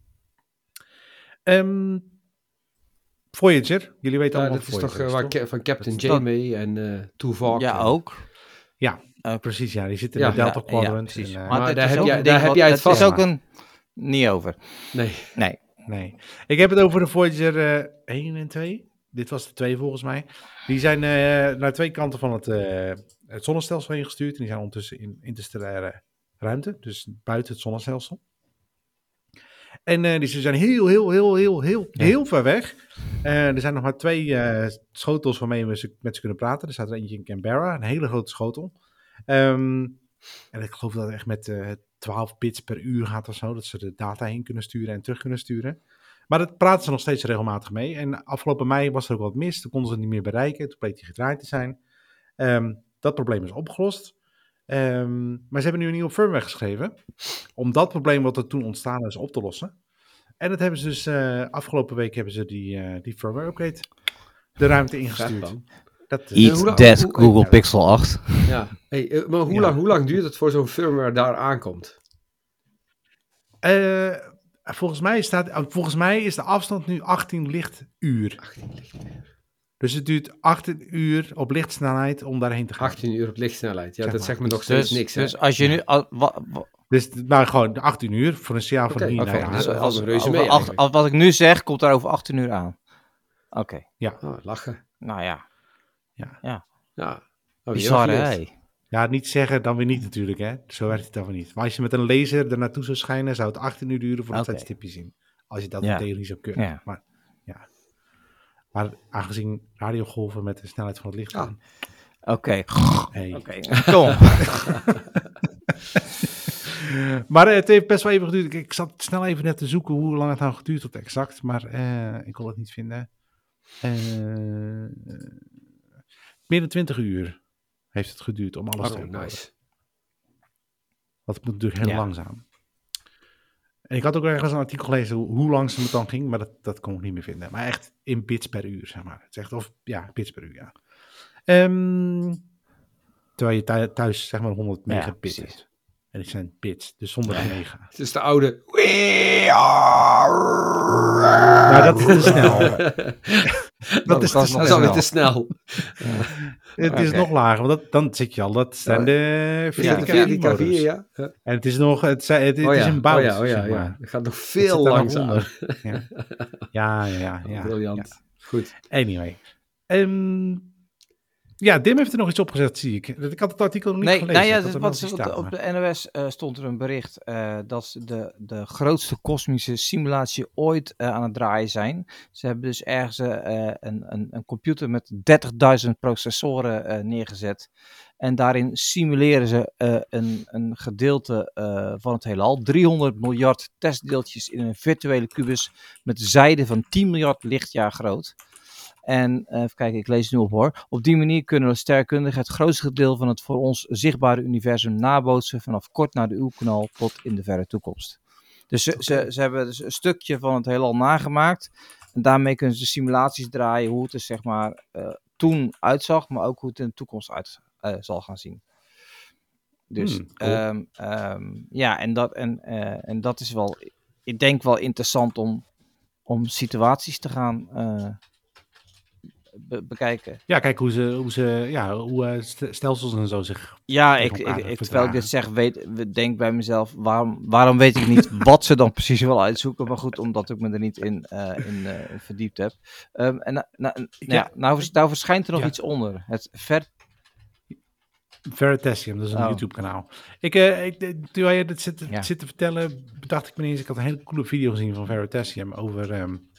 Um, Voyager, jullie weten ja, allemaal dat is toch uh, waar Ke- van Captain Janeway en uh, Tuvok. Ja, ook. Ja, uh, precies. Ja, die zitten in ja, de Delta ja, Quadrant. Ja, en, uh, maar, maar daar heb, jij, daar heb jij het vast. Het is ook een... Niet over. Nee. Nee. Nee. Ik heb het over de Voyager uh, één en twee. Dit was de twee volgens mij. Die zijn uh, naar twee kanten van het, uh, het zonnestelsel heen gestuurd. En die zijn ondertussen in interstellaire ruimte. Dus buiten het zonnestelsel. En uh, die zijn heel, heel, heel, heel, heel, ja. heel ver weg. Uh, er zijn nog maar twee uh, schotels waarmee we ze, met ze kunnen praten. Er staat er eentje in Canberra, een hele grote schotel. Um, en ik geloof dat het echt met uh, twaalf bits per uur gaat of zo. Dat ze de data heen kunnen sturen en terug kunnen sturen. Maar dat praten ze nog steeds regelmatig mee. En afgelopen mei was er ook wat mis. Toen konden ze het niet meer bereiken. Toen bleek die gedraaid te zijn. Um, dat probleem is opgelost. Um, maar ze hebben nu een nieuwe firmware geschreven. Om dat probleem wat er toen ontstaan is op te lossen. En dat hebben ze dus uh, afgelopen week hebben ze die, uh, die firmware upgrade de ruimte ingestuurd. Dat, Eat uh, that hoe, Google uh, Pixel acht. Ja, hey, uh, maar hoe, ja. lang, hoe lang duurt het voor zo'n firmware daar aankomt? Uh, volgens, mij staat, uh, volgens mij is de afstand nu achttien lichtuur. achttien lichtuur. Dus het duurt achttien uur op lichtsnelheid om daarheen te gaan. achttien uur op lichtsnelheid, ja, zeg dat maar. zegt me nog steeds dus, niks. Dus hè? als je nu... Uh, wa, wa, Dus nou, gewoon achttien uur voor een signaal van okay, hier okay, naar dus ja, als een reuze mee acht, als, wat ik nu zeg, komt daar over achttien uur aan. Oké. Okay. Ja. Oh, lachen. Nou ja. Ja. Ja. ja. Oh, bizar, hè? Ja, niet zeggen, dan weer niet natuurlijk, hè. Zo werkt het dan weer niet. Maar als je met een laser er naartoe zou schijnen, zou het achttien uur duren voor het okay. tijdstipje zien. Als je dat ja. theorie zou kunnen. Ja. Maar, ja. maar aangezien radiogolven met de snelheid van het licht gaan. Ah. Oké. Okay. Hey. Oké, okay. Kom. Maar uh, het heeft best wel even geduurd. Ik, ik zat snel even net te zoeken hoe lang het nou geduurd had exact. Maar uh, ik kon het niet vinden. Uh, meer dan twintig uur heeft het geduurd om alles oh, te doen. Nice. Dat moet natuurlijk heel ja. langzaam. En ik had ook ergens een artikel gelezen hoe, hoe langzaam het dan ging. Maar dat, dat kon ik niet meer vinden. Maar echt in bits per uur, zeg maar. Het is echt, of ja, bits per uur, ja. Um, terwijl je thuis zeg maar honderd megabit ja, hebt. En die zijn bits, dus zonder ja. mega. Het is de oude... Nou, dat is te snel. dat, dat is, is alweer te snel. Ja. Het okay. is nog lager, want dat, dan zit je al. Dat zijn de veertig K vier, ja. ja. En het is nog, het, het, het oh ja, is een bout. Oh ja, oh ja, zeg maar. ja. Het gaat nog veel langzamer. Ja, ja, ja. ja, ja Briljant. Ja. Goed. Anyway. Um, Ja, Dim heeft er nog iets opgezet, zie ik. Ik had het artikel nog niet nee, gelezen. Nou ja, wat, wat, wat, op de N O S uh, stond er een bericht uh, dat ze de, de grootste kosmische simulatie ooit uh, aan het draaien zijn. Ze hebben dus ergens uh, een, een, een computer met dertigduizend processoren uh, neergezet. En daarin simuleren ze uh, een, een gedeelte uh, van het heelal. driehonderd miljard testdeeltjes in een virtuele kubus met zijde van tien miljard lichtjaar groot. En uh, even kijken, ik lees het nu op hoor. Op die manier kunnen sterrenkundigen het grootste gedeelte van het voor ons zichtbare universum nabootsen vanaf kort na de Oerknal tot in de verre toekomst. Dus ze, ze, ze hebben dus een stukje van het heelal nagemaakt. En daarmee kunnen ze simulaties draaien hoe het er zeg maar uh, toen uitzag, maar ook hoe het in de toekomst uit uh, zal gaan zien. Dus hmm, cool. um, um, ja, en dat, en, uh, en dat is wel, ik denk wel interessant om, om situaties te gaan... Uh, be- bekijken. Ja, kijk hoe ze, hoe ze ja, hoe uh, stelsels en zo zich. Ja, ik, ik, ik, terwijl ik dit zeg, weet, denk bij mezelf, waarom, waarom weet ik niet wat ze dan precies wel uitzoeken? Maar goed, omdat ik me er niet in, uh, in uh, verdiept heb. Um, en na, na, ja, ja, nou, nou verschijnt er nog ja. iets onder. Het ver... Veritasium, dat is een oh. YouTube-kanaal. Ik, uh, ik, toen je dit zit, ja. zit te vertellen, bedacht ik me eens, ik had een hele coole video gezien van Veritasium over, um,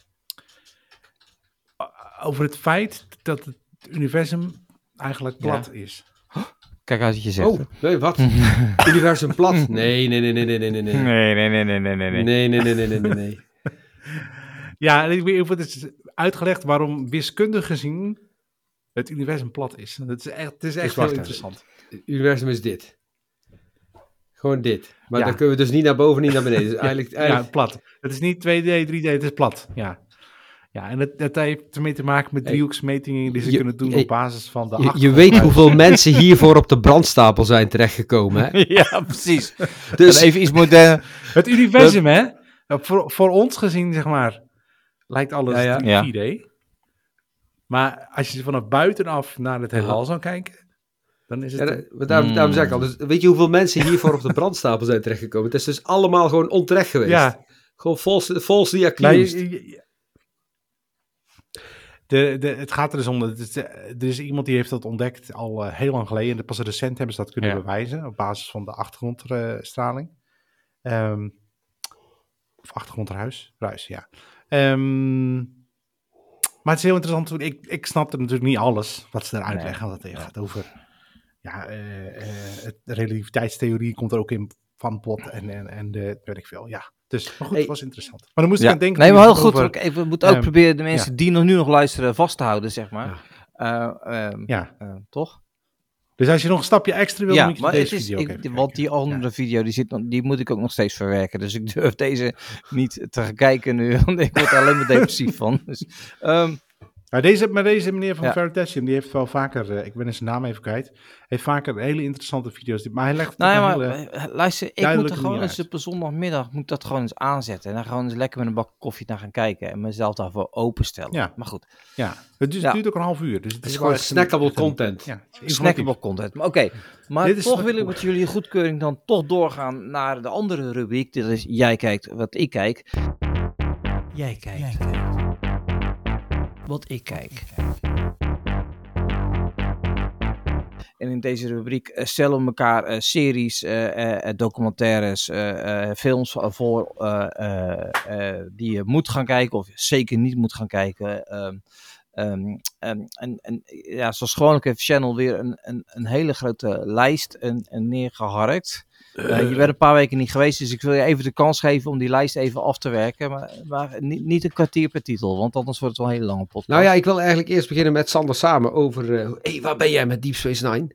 over het feit dat het universum eigenlijk plat ja. is. Kijk uit wat je zegt. Oh, nee, wat? Universum plat? Nee, nee, nee, nee, nee, nee, nee. Nee, nee, nee, nee, nee, nee. Nee, nee, nee, nee, nee, nee, nee. Ja, ik word dus uitgelegd waarom wiskundig gezien het universum plat is. Dat is echt, het is echt dus heel interessant. Het universum is dit. Gewoon dit. Maar ja. dan kunnen we dus niet naar boven, niet naar beneden. Dus eigenlijk, eigenlijk... Ja, plat. Het is niet twee D, drie D, het is plat. Ja. Ja, en dat, dat heeft ermee te maken met driehoeksmetingen die ze je, kunnen doen je, op basis van de Je, je weet hoeveel mensen hiervoor op de brandstapel zijn terechtgekomen, hè? Ja, precies. Dus even iets modern. Het universum, dat... hè? Voor, voor ons gezien, zeg maar, lijkt alles ja, ja. vier D. Ja. Maar als je vanaf buitenaf naar het heelal zou kijken, dan is het... Ja, dat, daarom, daarom zeg ik al, dus weet je hoeveel mensen hiervoor op de brandstapel zijn terechtgekomen? Het is dus allemaal gewoon onterecht geweest. Ja. Gewoon false, falsely accused. Nou, je, je, De, de, het gaat er dus om, het is, er is iemand die heeft dat ontdekt al uh, heel lang geleden. En pas recent hebben ze dat kunnen ja. bewijzen op basis van de achtergrondstraling. Um, of achtergrondruis, ruis, ja. Um, maar het is heel interessant, ik, ik snapte natuurlijk niet alles wat ze eruit leggen. Nee. Dat het gaat over, ja, uh, uh, het, de relativiteitstheorie komt er ook in van pot en, en, en de, weet ik veel, ja. Dus, maar goed, hey. Het was interessant. Maar dan moest ja. ik aan denken... Nee, maar heel goed. Over, even, we moeten ook um, proberen de mensen ja. die nog nu nog luisteren vast te houden, zeg maar. Ja. Uh, um, ja. Uh, toch? Dus als je nog een stapje extra wil, ja, moet je maar deze het is, video ik, kijken. Want die andere ja. video, die, zit, die moet ik ook nog steeds verwerken. Dus ik durf deze niet te gaan kijken nu, want ik word er alleen maar depressief van. Dus, um, Maar deze, maar deze meneer van ja. Veritasium, die heeft wel vaker, uh, ik ben zijn naam even kwijt, heeft vaker hele interessante video's. Maar hij legt nou ja, maar, hele luister, ik moet er gewoon eens op een zondagmiddag, moet dat gewoon eens aanzetten. En dan gewoon eens lekker met een bak koffie naar gaan kijken en mezelf daarvoor openstellen. Ja. Maar goed. Ja, het duurt, ja. duurt ook een half uur. Dus het is, is gewoon snackable content. Ja, snackable content. Oké, okay. maar toch wil ik met jullie goedkeuring dan toch doorgaan naar de andere rubriek. Dit is Jij kijkt wat ik kijk. Jij kijkt. Jij kijkt. Wat ik kijk. En in deze rubriek uh, stellen we elkaar uh, series, uh, uh, documentaires, uh, uh, films voor uh, uh, uh, die je moet gaan kijken of zeker niet moet gaan kijken. Um, um, um, en, en ja, zoals gewoonlijk heeft Channel weer een, een, een hele grote lijst en, en neergeharkt. Uh, je bent een paar weken niet geweest, dus ik wil je even de kans geven om die lijst even af te werken. Maar, maar niet, niet een kwartier per titel, want anders wordt het wel een hele lange podcast. Nou ja, ik wil eigenlijk eerst beginnen met Sander samen over... Hé, uh, hey, waar ben jij met Deep Space Nine?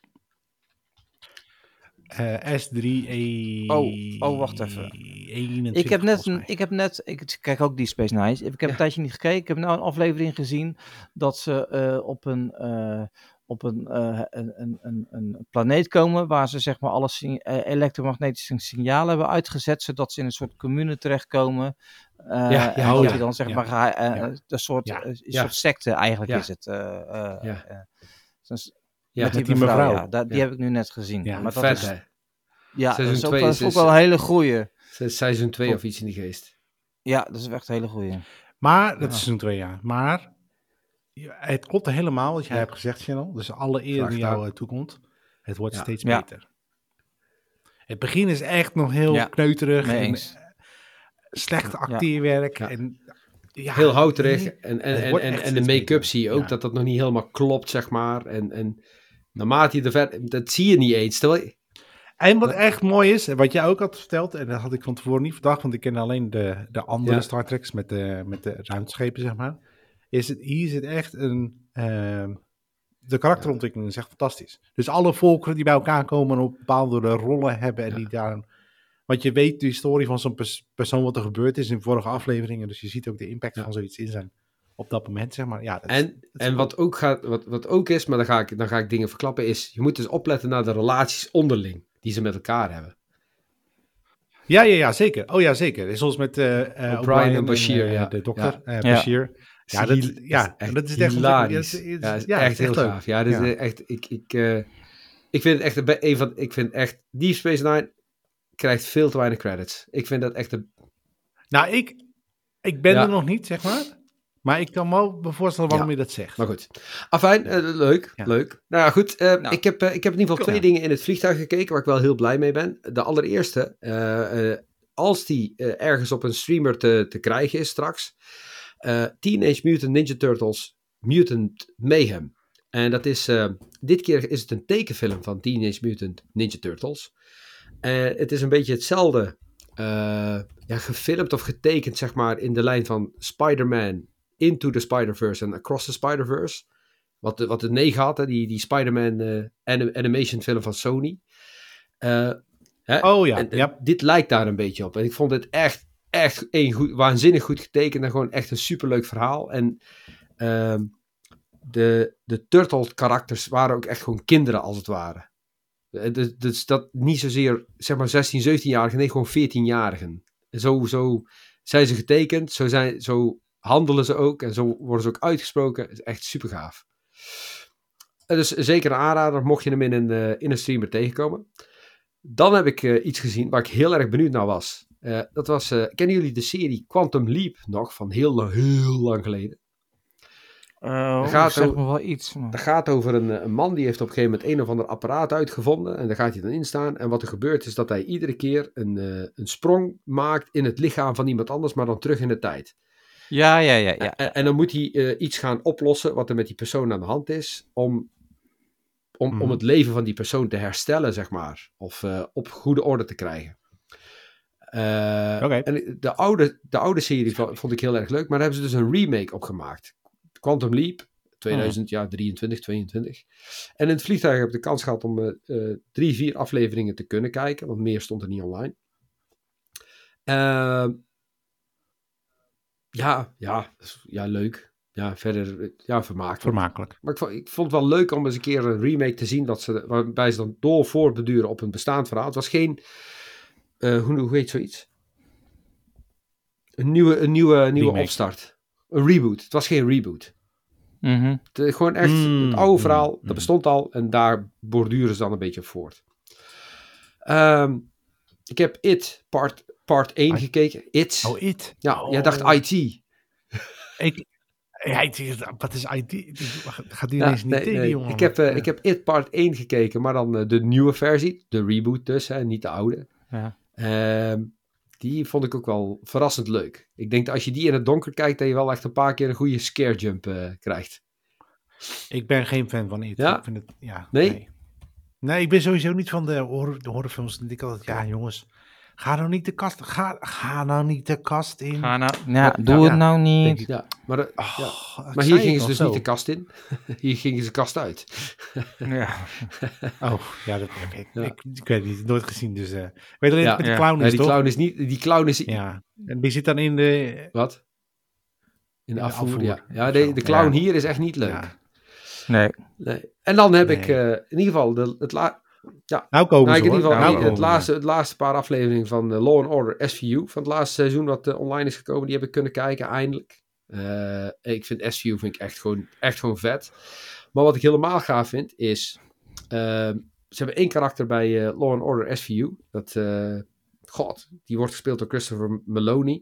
Uh, S drie E... Oh, oh, wacht even. eenentwintig, ik heb net, een, ik heb net, ik kijk ook Deep Space Nine. Ik heb ja. een tijdje niet gekeken. Ik heb nou een aflevering gezien dat ze uh, op een... Uh, op een, uh, een, een, een, een planeet komen waar ze zeg maar alle sign- uh, elektromagnetische signalen hebben uitgezet, zodat ze in een soort commune terechtkomen. Uh, ja, en dat ja, je dan zeg ja, maar uh, ja. een soort, ja, uh, ja. soort secte eigenlijk ja. is het. Uh, uh, ja. uh, dus, ja, met die, die mevrouw, mevrouw. Ja, da- die ja. heb ik nu net gezien. Ja, maar dat vet, is, hè? Ja, dat is ook, twee, wel, is ook wel een hele goeie. Seizoen twee of iets in die geest. Ja, dat is echt een hele goeie. Maar, dat is seizoen twee, ja. Maar... Het klopt helemaal wat jij ja. hebt gezegd, Channel. Dus alle eer die jou uh, toekomt. Het wordt ja. steeds ja. beter. Het begin is echt nog heel ja. kneuterig. En, uh, slecht acteerwerk. Ja. En, ja, heel houterig. En, en, en, en, en de make-up zie je ook ja. dat dat nog niet helemaal klopt, zeg maar. En, en naarmate je er ver... Dat zie je niet eens. Terwijl... En wat echt mooi is, wat jij ook had verteld, en dat had ik van tevoren niet verdacht, want ik ken alleen de, de andere ja. Star Treks met de, met de ruimteschepen, zeg maar. Is het, hier zit echt een... Uh, de karakterontwikkeling is echt fantastisch. Dus alle volkeren die bij elkaar komen en op bepaalde rollen hebben en ja. die daar... Want je weet de historie van zo'n pers- persoon wat er gebeurd is in vorige afleveringen. Dus je ziet ook de impact ja. van zoiets in zijn op dat moment, zeg maar. Ja, dat en is, dat en wat, ook gaat, wat, wat ook is, maar dan ga, ik, dan ga ik dingen verklappen, is... Je moet dus opletten naar de relaties onderling die ze met elkaar hebben. Ja, ja, ja, zeker. Oh ja, zeker. Zoals met uh, uh, O'Brien en Bashir, en, uh, ja. de dokter, ja. Uh, Bashir. Ja. Ja, dat, Hil- ja, echt dat is echt hilarisch. Ja, het is- Ja, het is ja, echt het is heel echt leuk. gaaf. Ja, dit Ja. is echt... Ik, ik, uh, ik vind het echt een, een van... Ik vind echt... Deep Space Nine krijgt veel te weinig credits. Ik vind dat echt een... Nou, ik, ik ben Ja. er nog niet, zeg maar. Maar ik kan me wel voorstellen waarom Ja. je dat zegt. Maar goed. Afijn, uh, leuk, Ja. leuk. Nou ja, goed. Uh, Nou. ik, heb, uh, ik heb in ieder geval Ja. twee dingen in het vliegtuig gekeken waar ik wel heel blij mee ben. De allereerste, uh, uh, als die uh, ergens op een streamer te, te krijgen is straks. Uh, Teenage Mutant Ninja Turtles Mutant Mayhem. En dat is, uh, dit keer is het een tekenfilm van Teenage Mutant Ninja Turtles. Uh, het is een beetje hetzelfde, uh, ja, gefilmd of getekend, zeg maar, in de lijn van Spider-Man Into the Spider-Verse en Across the Spider-Verse. Wat, wat het negen had, hè, die, die Spider-Man uh, anim- animation film van Sony. Uh, hè, oh ja, en, ja. Dit lijkt daar een beetje op. En ik vond het echt, echt een goed, waanzinnig goed getekend en gewoon echt een superleuk verhaal. En uh, de, de Turtle-karakters waren ook echt gewoon kinderen, als het ware. Dus, dus dat niet zozeer, zeg maar, zestien, zeventien-jarigen, nee, gewoon veertien-jarigen. Zo, zo zijn ze getekend, zo, zijn, zo handelen ze ook en zo worden ze ook uitgesproken. Het is echt super gaaf. Dus zeker een aanrader, mocht je hem in een, uh, in een streamer tegenkomen. Dan heb ik uh, iets gezien waar ik heel erg benieuwd naar was. Uh, dat was, uh, kennen jullie de serie Quantum Leap nog, van heel lang, heel lang geleden? Uh, dat gaat zeg over, me wel iets. Maar... Dat gaat over een, een man die heeft op een gegeven moment een of ander apparaat uitgevonden. En daar gaat hij dan in staan. En wat er gebeurt is dat hij iedere keer een, uh, een sprong maakt in het lichaam van iemand anders, maar dan terug in de tijd. Ja, ja, ja. ja. En, en dan moet hij uh, iets gaan oplossen wat er met die persoon aan de hand is. Om, om, mm. om het leven van die persoon te herstellen, zeg maar. Of uh, op goede orde te krijgen. Uh, okay. En de oude, de oude serie vond ik heel erg leuk. Maar daar hebben ze dus een remake op gemaakt. Quantum Leap. tweeduizend drieëntwintig, tweeëntwintig. En in het vliegtuig heb ik de kans gehad om uh, uh, drie, vier afleveringen te kunnen kijken. Want meer stond er niet online. Uh, ja, ja, ja, leuk. Ja, verder, ja, vermakelijk. Vermakelijk. Maar ik vond, ik vond het wel leuk om eens een keer een remake te zien. Dat ze, waarbij ze dan door voortbeduren op een bestaand verhaal. Het was geen, uh, hoe, hoe heet zoiets? Een nieuwe, een nieuwe, een nieuwe opstart. Een reboot. Het was geen reboot. Mm-hmm. Het, gewoon echt mm, het oude verhaal, mm, dat bestond al en daar borduren ze dan een beetje op voort. Um, ik heb It part, part één I... gekeken. It. Oh, It. Ja, oh. jij dacht I T. Ik, ja, wat is I T? Gaat die ineens ja, niet nee, tegen, nee. jongen? Ik heb, uh, ja. ik heb It part één gekeken, maar dan uh, de nieuwe versie. De reboot dus, hè, niet de oude. Ja. Um, die vond ik ook wel verrassend leuk. Ik denk dat als je die in het donker kijkt, dat je wel echt een paar keer een goede scare jump uh, krijgt. Ik ben geen fan van It. Ja? Ik vind het, ja, nee? nee? Nee, ik ben sowieso niet van de, horror, de horrorfilms. Ik altijd, ja jongens, ga nou niet de kast, ga, ga nou niet de kast in. Ga nou, ja, doe ja, het nou niet. Ja, maar, de, oh, ja. maar hier gingen ze dus zo. niet de kast in. Hier gingen ze de kast uit. Ja. Oh, ja, dat heb ik. Ja. Ik, ik weet het niet, nooit gezien. Dus, uh, ik weet alleen ja. met die clown is, nee, die toch? Clown is niet, die clown is... Ja, en die zit dan in de... Wat? In de, in de afvoer, afvoer, ja. Ja, de, de clown ja. hier is echt niet leuk. Ja. Nee. nee. En dan heb nee. ik uh, in ieder geval de, het la... Ja, nou komen nou, ze, in ieder geval nou nee, het, laatste, het laatste paar afleveringen van uh, Law and Order S V U van het laatste seizoen wat uh, online is gekomen, die heb ik kunnen kijken eindelijk. Uh, ik vind S V U vind ik echt gewoon, echt gewoon vet. Maar wat ik helemaal gaaf vind is, uh, ze hebben één karakter bij uh, Law and Order S V U. Dat, uh, god, die wordt gespeeld door Christopher Meloni.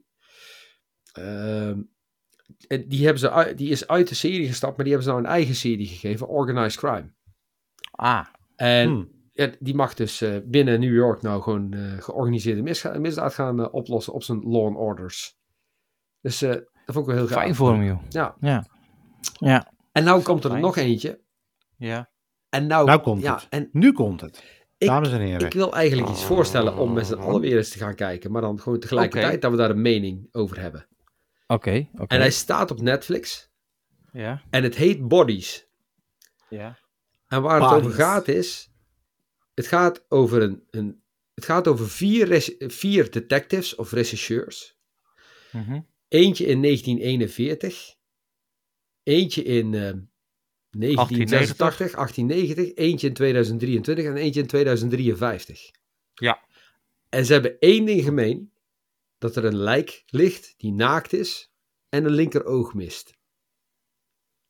Uh, en die, hebben ze, die is uit de serie gestapt, maar die hebben ze nou een eigen serie gegeven, Organized Crime. Ah. En hmm. ja, die mag dus uh, binnen New York nou gewoon uh, georganiseerde misdaad, misdaad gaan uh, oplossen op zijn Law and Orders. Dus uh, dat vond ik wel heel gaaf. Fijn voor hem, joh. Ja. ja. ja. En nou komt er Fijn. nog eentje. Ja. En nou, nou komt ja, het. En nu komt het. Ik, Dames en heren. Ik wil eigenlijk iets voorstellen om met z'n allen weer eens te gaan kijken. Maar dan gewoon tegelijkertijd okay. dat we daar een mening over hebben. Oké. Okay, okay. En hij staat op Netflix. Ja. En het heet Bodies. Ja. En waar Bodies. het over gaat is... Het gaat over, een, een, het gaat over vier, res, vier detectives of rechercheurs. Mm-hmm. Eentje in negentien eenenveertig. Eentje in uh, negentien zesentachtig, achttien negentig. Eentje in tweeduizend drieëntwintig en eentje in tweeduizend drieënvijftig. Ja. En ze hebben één ding gemeen. Dat er een lijk ligt die naakt is en een linkeroog mist.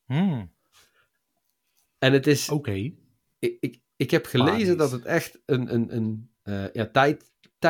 Hmm. En het is... Oké. Okay. Ik, ik, ik heb gelezen Manisch. dat het echt een, een, een uh, ja, tijd,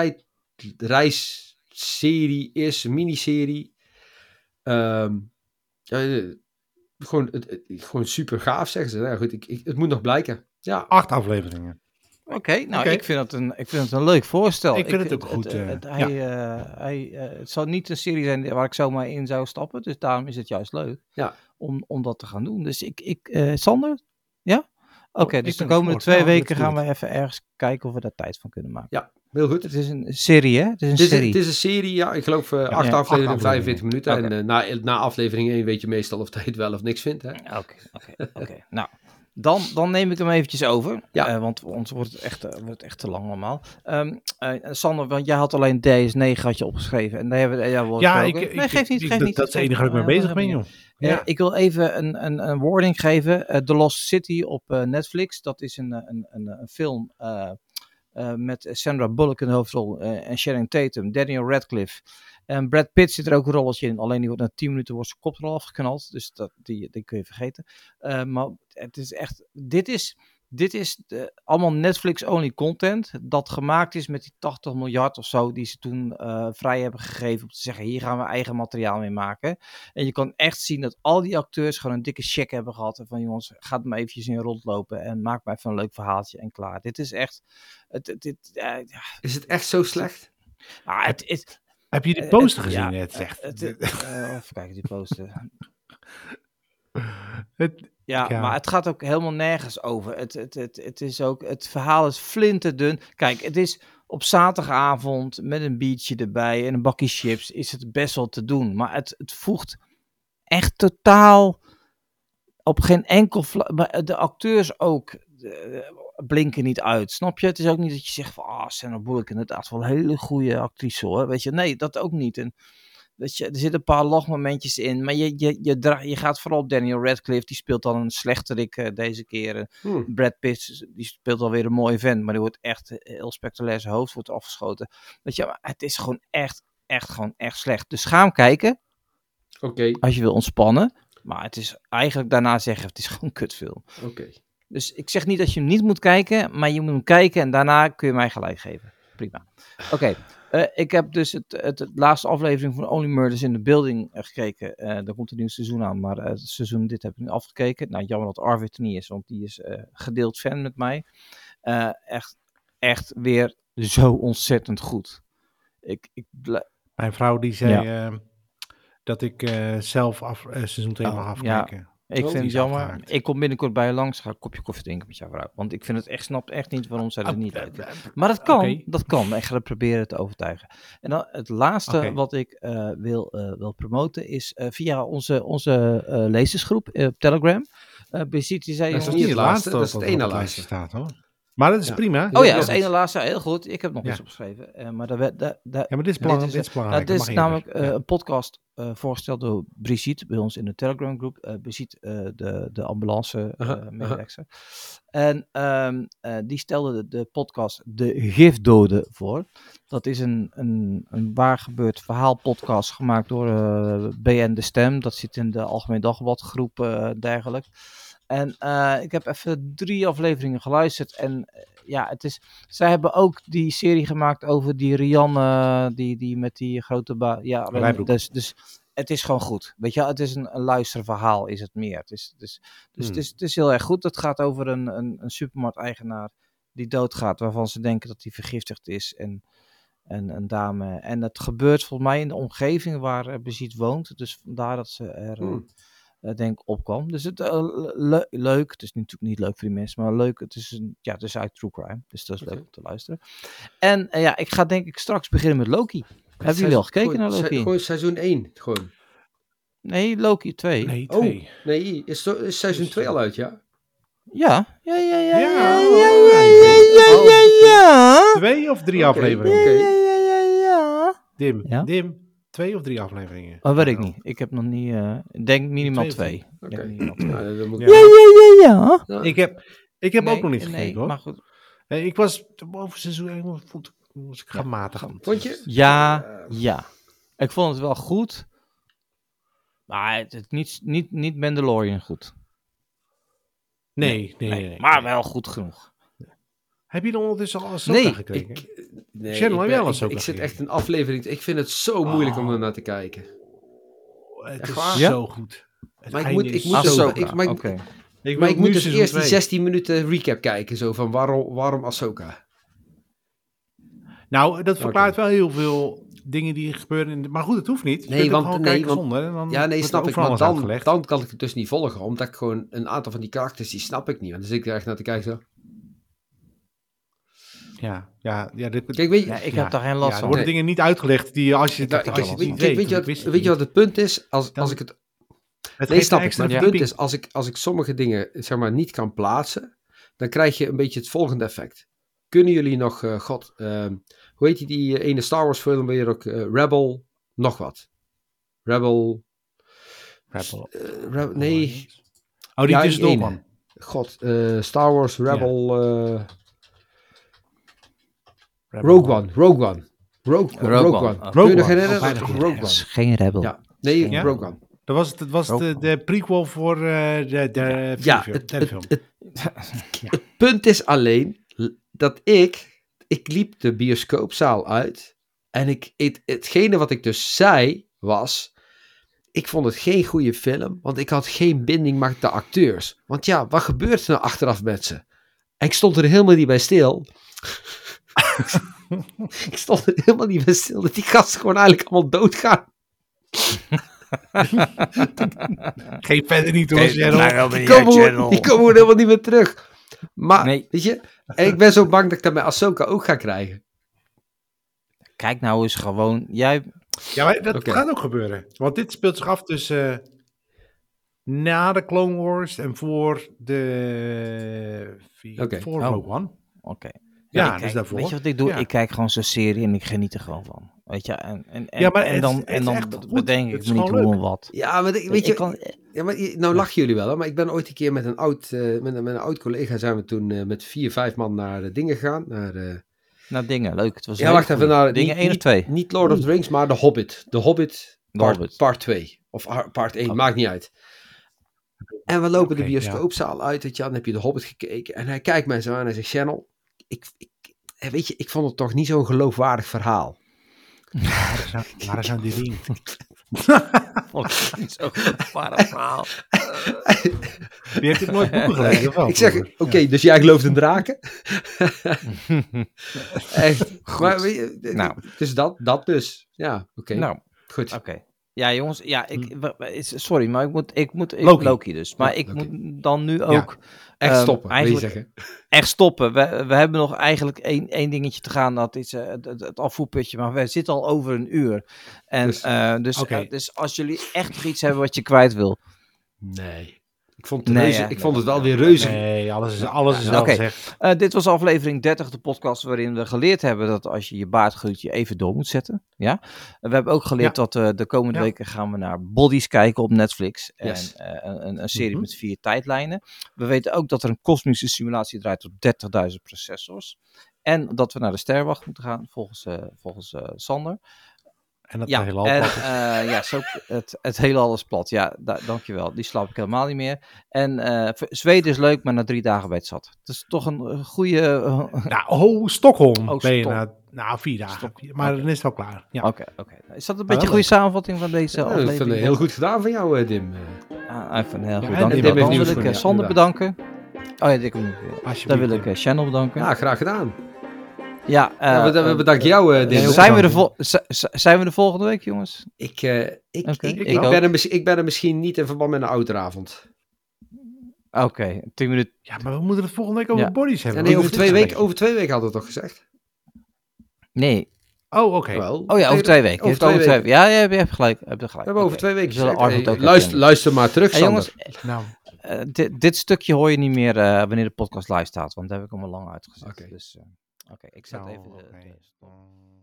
tijdreisserie is, een miniserie. Um, uh, gewoon, het, het, gewoon super gaaf, zeggen ze. Nou, goed, ik, ik, het moet nog blijken. Ja. Acht afleveringen. Oké, okay, nou, okay. ik, vind het een, ik vind het een leuk voorstel. Ik vind ik, het ook het, goed. Het, uh, het, hij, ja. uh, hij, uh, het zal niet een serie zijn waar ik zomaar in zou stappen. Dus daarom is het juist leuk ja. om, om dat te gaan doen. Dus ik, ik uh, Sander? Ja? Oké, okay, oh, dus de komende voor. twee nou, weken gaan we even ergens kijken of we daar tijd van kunnen maken. Ja, heel goed. Het is een serie, hè? Het is een het is, serie. Het is een serie, ja. Ik geloof uh, acht ja, afleveringen, vijfenveertig minuten. Okay. En uh, na, na aflevering één weet je meestal of je het wel of niks vindt. Oké, oké, oké. Nou, dan, dan neem ik hem eventjes over. Ja. Uh, want ons wordt het echt, uh, wordt het echt te lang allemaal. Um, uh, Sander, want jij had alleen D S negen had je opgeschreven. En daar hebben we... Ja, ja ik, ik, nee, geeft niet, ik, geeft dat, niet. Dat is het enige waar ik mee bezig ben, joh. Ja. Uh, ik wil even een, een, een warning geven. Uh, The Lost City op uh, Netflix. Dat is een, een, een, een film uh, uh, met Sandra Bullock in de hoofdrol. Uh, en Channing Tatum, Daniel Radcliffe. En Brad Pitt zit er ook een rolletje in. Alleen die wordt na tien minuten wordt zijn kop er al afgeknald. Dus dat, die, die kun je vergeten. Uh, maar het is echt... Dit is... Dit is de, allemaal Netflix-only content dat gemaakt is met die tachtig miljard of zo die ze toen uh, vrij hebben gegeven om te zeggen, hier gaan we eigen materiaal mee maken. En je kan echt zien dat al die acteurs gewoon een dikke check hebben gehad van jongens, ga maar eventjes in rondlopen en maak maar even een leuk verhaaltje en klaar. Dit is echt... Het, het, het, uh, is het echt zo slecht? Ah, het, het, Heb je die poster uh, gezien? Ja, het zegt. Het, uh, even kijken, die poster. het... Ja, ja, maar het gaat ook helemaal nergens over. Het, het, het, het, is ook, het verhaal is flinterdun. Kijk, het is op zaterdagavond met een biertje erbij en een bakje chips is het best wel te doen. Maar het, het voegt echt totaal op geen enkel vlak. Maar de acteurs ook de, blinken niet uit, snap je? Het is ook niet dat je zegt van, ah, oh, Sandra Bullock inderdaad wel een hele goede actrice hoor. Weet je, nee, dat ook niet. En weet je, er zitten een paar lachmomentjes in, maar je, je, je, dra- je gaat vooral op Daniel Radcliffe, die speelt dan een slechterik uh, deze keer. Hmm. Brad Pitt, die speelt alweer een mooie vent, maar die wordt echt heel spectaculair, zijn hoofd wordt afgeschoten. Weet je, maar het is gewoon echt, echt, gewoon echt slecht. Dus ga hem kijken, okay. als je wil ontspannen, maar het is eigenlijk daarna zeggen, het is gewoon een kutfilm. Oké. Okay. Dus ik zeg niet dat je hem niet moet kijken, maar je moet hem kijken en daarna kun je mij gelijk geven. Prima. Oké. Okay. Uh, ik heb dus het, het, het laatste aflevering van Only Murders in the Building uh, gekeken. Uh, er komt een nieuw seizoen aan, maar uh, het seizoen dit heb ik nu afgekeken. Nou, jammer dat Arvid er niet is, want die is uh, gedeeld fan met mij. Uh, echt, echt weer zo ontzettend goed. Ik, ik ble- Mijn vrouw die zei ja. uh, dat ik uh, zelf af, uh, seizoen twee oh, mag afkijken. Ja. Ik oh, vind het jammer. Afgehaakt. Ik kom binnenkort bij je langs. Ga een kopje koffie drinken met jouw vrouw. Want ik vind het echt, snap echt niet waarom zij er oh, niet uit. Maar dat kan. Okay. Dat kan. Ik ga het proberen te overtuigen. En dan het laatste okay. wat ik uh, wil, uh, wil promoten is uh, via onze, onze uh, lezersgroep uh, op Telegram. Uh, Bezit, die zei, dat is niet het laatste. Dat is het ene laatste staat hoor. Maar dat is ja. prima. Oh ja, dat is het ene laatste. Heel goed. Ik heb nog ja. iets opgeschreven. Uh, maar daar, daar, daar, ja, maar dit is belangrijk. Dit is, dit is, uh, dit is namelijk uh, ja. een podcast uh, voorgesteld door Brigitte bij ons in de Telegram groep. Uh, Brigitte, uh, de, de ambulance uh, uh-huh. medewerkster. En um, uh, die stelde de, de podcast De Gifdoden voor. Dat is een, een, een waar gebeurd verhaal podcast gemaakt door uh, B N De Stem. Dat zit in de Algemeen Dagblad groep uh, dergelijk. En uh, ik heb even drie afleveringen geluisterd. En uh, ja, het is. Zij hebben ook die serie gemaakt over die Rianne, die, die met die grote ba. Ja, dus, dus het is gewoon goed. Weet je, het is een, een luisterverhaal, is het meer. Het is, het is, dus hmm. het, is, het is heel erg goed. Het gaat over een, een, een supermarkteigenaar die doodgaat, waarvan ze denken dat hij vergiftigd is. En, en een dame. En het gebeurt volgens mij in de omgeving waar uh, Brigitte woont. Dus vandaar dat ze er. Hmm. Uh, Uh, denk ik opkwam. Dus het uh, le- leuk. Het is natuurlijk niet leuk voor die mensen, maar leuk. Het is een, ja, het is uit True Crime, dus dat is okay. leuk om te luisteren. En uh, ja, ik ga denk ik straks beginnen met Loki. Hebben jullie al gekeken gewoon, naar Loki? Se- gewoon seizoen één, gewoon. Nee, Loki twee. Nee, twee. Oh, nee, is, to- is seizoen twee al uit, ja? Ja, ja, ja, ja, ja, ja, ja, ja, ja, ja, ja, ja. Twee of drie okay, afleveringen? Okay. Ja, ja, ja, ja. Dim, ja? Dim. Twee of drie afleveringen? Oh, weet ik niet. Ik heb nog niet... Uh, ik denk minimaal twee. twee. Oké. Okay. Ja, ja, ja, ja, ja. ja. Ik heb, ik heb nee, ook nog niet gekeken, nee, hoor. Maar goed. Hey, ik was boven seizoen één, vond was ik gematigd. Vond je? Ja, ja. Ik vond het wel goed. Maar het is niet, niet, niet Mandalorian goed. Nee, nee, nee. nee, nee. maar wel goed genoeg. Heb je dan ondertussen al Ahsoka Nee, gekeken? ik, nee, Channel, ik, heb ben- jij al ik, Ahsoka ik zit gekeken? echt een aflevering. Ik vind het zo moeilijk om Oh. er naar te kijken. Het Echt is waar? zo goed. Het Maar ik einde moet- is ik moet zo dus- goed. ik- maar ik- Oké. Ik Maar wil ik moet nu dus seizoen eerst die twee. zestien minuten recap kijken. Zo van waarom, waarom Ahsoka? Nou, dat verklaart wel heel veel dingen die gebeuren. In de... Maar goed, het hoeft niet. Je Nee, kunt ook want- gewoon nee, kijken want- zonder. En dan Ja, nee, wordt snap er ik. overal Maar alles dan, uitgelegd. dan kan ik het dus niet volgen. Omdat ik gewoon een aantal van die karakters, die snap ik niet. Want dan zit ik er echt naar te kijken zo. Ja, ja, ja, dit, Kijk, weet je... Ja, ik ja, heb daar geen ja, last er van. worden Nee. dingen niet uitgelegd die als je het, Nou, als kijk, je het weet, niet kijk, weet, weet, je dat wat, wist je weet je niet. wat het punt is? Als, Dan- als ik het... Het Nee, geeft snap een ik. extra Maar het verdieping. punt is, als ik, als ik sommige dingen zeg maar niet kan plaatsen, dan krijg je een beetje het volgende effect. Kunnen jullie nog, eh, god, ehm, hoe heet die, die ene Star Wars film weer ook, eh, Rebel, nog wat? Rebel, Rebel. eh, Re- nee, Oh, die Ja, die tussendoor ene. man. god, eh, Star Wars Rebel, eh, Rebel Rogue man. One, Rogue One. Rogue, Rogue Rogue One. One. Oh. Kun je Rogue nog One. herinneren? Oh, bijna Rogue goed. One. Dat is geen rebel. Ja, nee, Ja? Rogue One. Dat was, het, dat was de, Rogue de prequel voor uh, de, de Ja, film, het, derde het, film. het, het punt is alleen dat ik, ik liep de bioscoopzaal uit en ik, het, hetgene wat ik dus zei was, ik vond het geen goede film, want ik had geen binding met de acteurs. Want ja, wat gebeurt er nou achteraf met ze? En ik stond er helemaal niet bij stil. ik stond er helemaal niet bij stil dat die gasten gewoon eigenlijk allemaal doodgaan. Geen verder niet hoor, Kijk, Cheryl. daar wel Die niet komen, uit, gewoon- Channel. die komen gewoon helemaal niet meer terug. Maar, Nee. weet je, en ik ben zo bang dat ik dat bij Ahsoka ook ga krijgen. Kijk nou eens gewoon. Jij. Ja, maar dat Oké. gaat ook gebeuren. Want dit speelt zich af tussen uh, na de Clone Wars en voor de vier, Oké. voor Oh. Rogue One. Oké. Ja, ik dus kijk- daarvoor. Weet je wat ik doe? Ja. Ik kijk gewoon zo'n serie en ik geniet er gewoon van. Weet je, en, en, en, Ja, maar en het- dan, het en is dan echt goed. bedenk Het ik is me niet gewoon hoe leuk. en wat. Ja, maar ik- weet je, ik kan, ja, maar, je- nou lachen jullie wel, hè? Maar ik ben ooit een keer met een oud, eh, met, een- met een oud collega zijn we toen eh, met vier, vijf man naar de dingen gegaan. Naar, eh, nou, dingen, leuk. Het was ja, een wacht hele even, goeie. naar Dingen niet, één of niet, twee. niet Lord of the Rings, maar The Hobbit. The Hobbit, The part, Hobbit. part twee. Of ah, part één, Oké. maakt niet uit. En we lopen Oké, de bioscoopzaal uit, weet je, dan heb je The Hobbit gekeken. En hij kijkt mij zo aan en hij zegt, Channel, ik, ik, eh, weet je, ik vond het toch niet zo'n geloofwaardig verhaal. Waar is nou, waar is nou die ring? Zo'n gevaarlijk verhaal. Die heeft het nooit boeken gelezen, of wel? Ik zeg, oké, Ja. dus jij gelooft in draken? Echt. Maar, weet je, Nou. Dus dat, dat dus. Ja, oké. Nou, Goed. oké. Ja, jongens, ja, ik, w- w- is- sorry, maar ik moet, ik moet, ik, Loki. Loki. dus. Maar Ja, ik Loki. moet dan nu ook Echt ehm, stoppen, wil je eigenlijk zeggen. echt stoppen. We, we hebben nog eigenlijk één, één dingetje te gaan, dat is eh, het, het, het afvoerputje, maar we zitten al over een uur. En Dus- dus, dus, Oké. eh, dus als jullie echt nog iets hebben wat je kwijt wil. Nee. Ik vond het, Nee, reuze, hè? ik vond het wel weer reuze. Nee, alles is, alles is Ja, wel oké. gezegd. Eh, dit was aflevering dertig, de podcast waarin we geleerd hebben dat als je je baardgroetje even door moet zetten. Ja? En we hebben ook geleerd Ja. dat uh, de komende Ja. weken gaan we naar Bodies kijken op Netflix. En Yes. uh, een, een serie Mhm. met vier tijdlijnen. We weten ook dat er een kosmische simulatie draait op dertigduizend processors. En dat we naar de sterrenwacht moeten gaan, volgens, uh, volgens uh, Sander. En dat Ja, het hele en, plat is. uh, ja, zo, het, het hele alles plat. Ja, da- dankjewel. Die slaap ik helemaal niet meer. En uh, Zweden is leuk, maar na drie dagen ben je het zat. Het is toch een uh, goede... Uh, Nou, oh, Stockholm Oh, ben je Stok- na, nou, vier dagen. Stok- Maar oké. dan is het wel klaar. Ja. Oké, oké. Is dat een beetje wel een goede leuk. samenvatting van deze Ja, dat aflevering? vind ik heel goed gedaan van jou, uh, Dim. Ah, even heel goed. en Dank Dim je wel. heeft Dan nieuws wil voor ik je, uh, Sander ja, bedanken. Oh ja, ik, dan Alsjeblieft, wil ik Dim. uh, Channel bedanken. Ja, graag gedaan. Ja, uh, Ja, we, we uh, bedanken jou, uh, Dim. heel zijn, we de bedankt. vol- z- z- zijn we de volgende week, jongens? Ik, uh, ik, Oké, ik, ik ik, ook. ben er, mis- ik ben er misschien niet in verband met een ouderavond. Oké, okay, tien minuten. Ja, maar we moeten het volgende week over Ja. bodies hebben. Ja, nee, Wat over is twee, dit weken, nou over twee weken hadden we toch gezegd? Nee. weer? Oh, oké. Wel, Oh ja, over twee weken. Over Je hebt twee over twee weken. Ja, ja, je hebt gelijk. Je hebt gelijk. We hebben over Oké. twee weken We zullen gezegd. Arnold Hey, ook luister, herkennen. luister maar terug, Hey, Sander. jongens, Nou, uh, dit, dit stukje hoor je niet meer uh, wanneer de podcast live staat, want dat heb ik allemaal lang uitgezet. Oké. Dus, uh, oké, ik zet nou, even de... oké. de stop.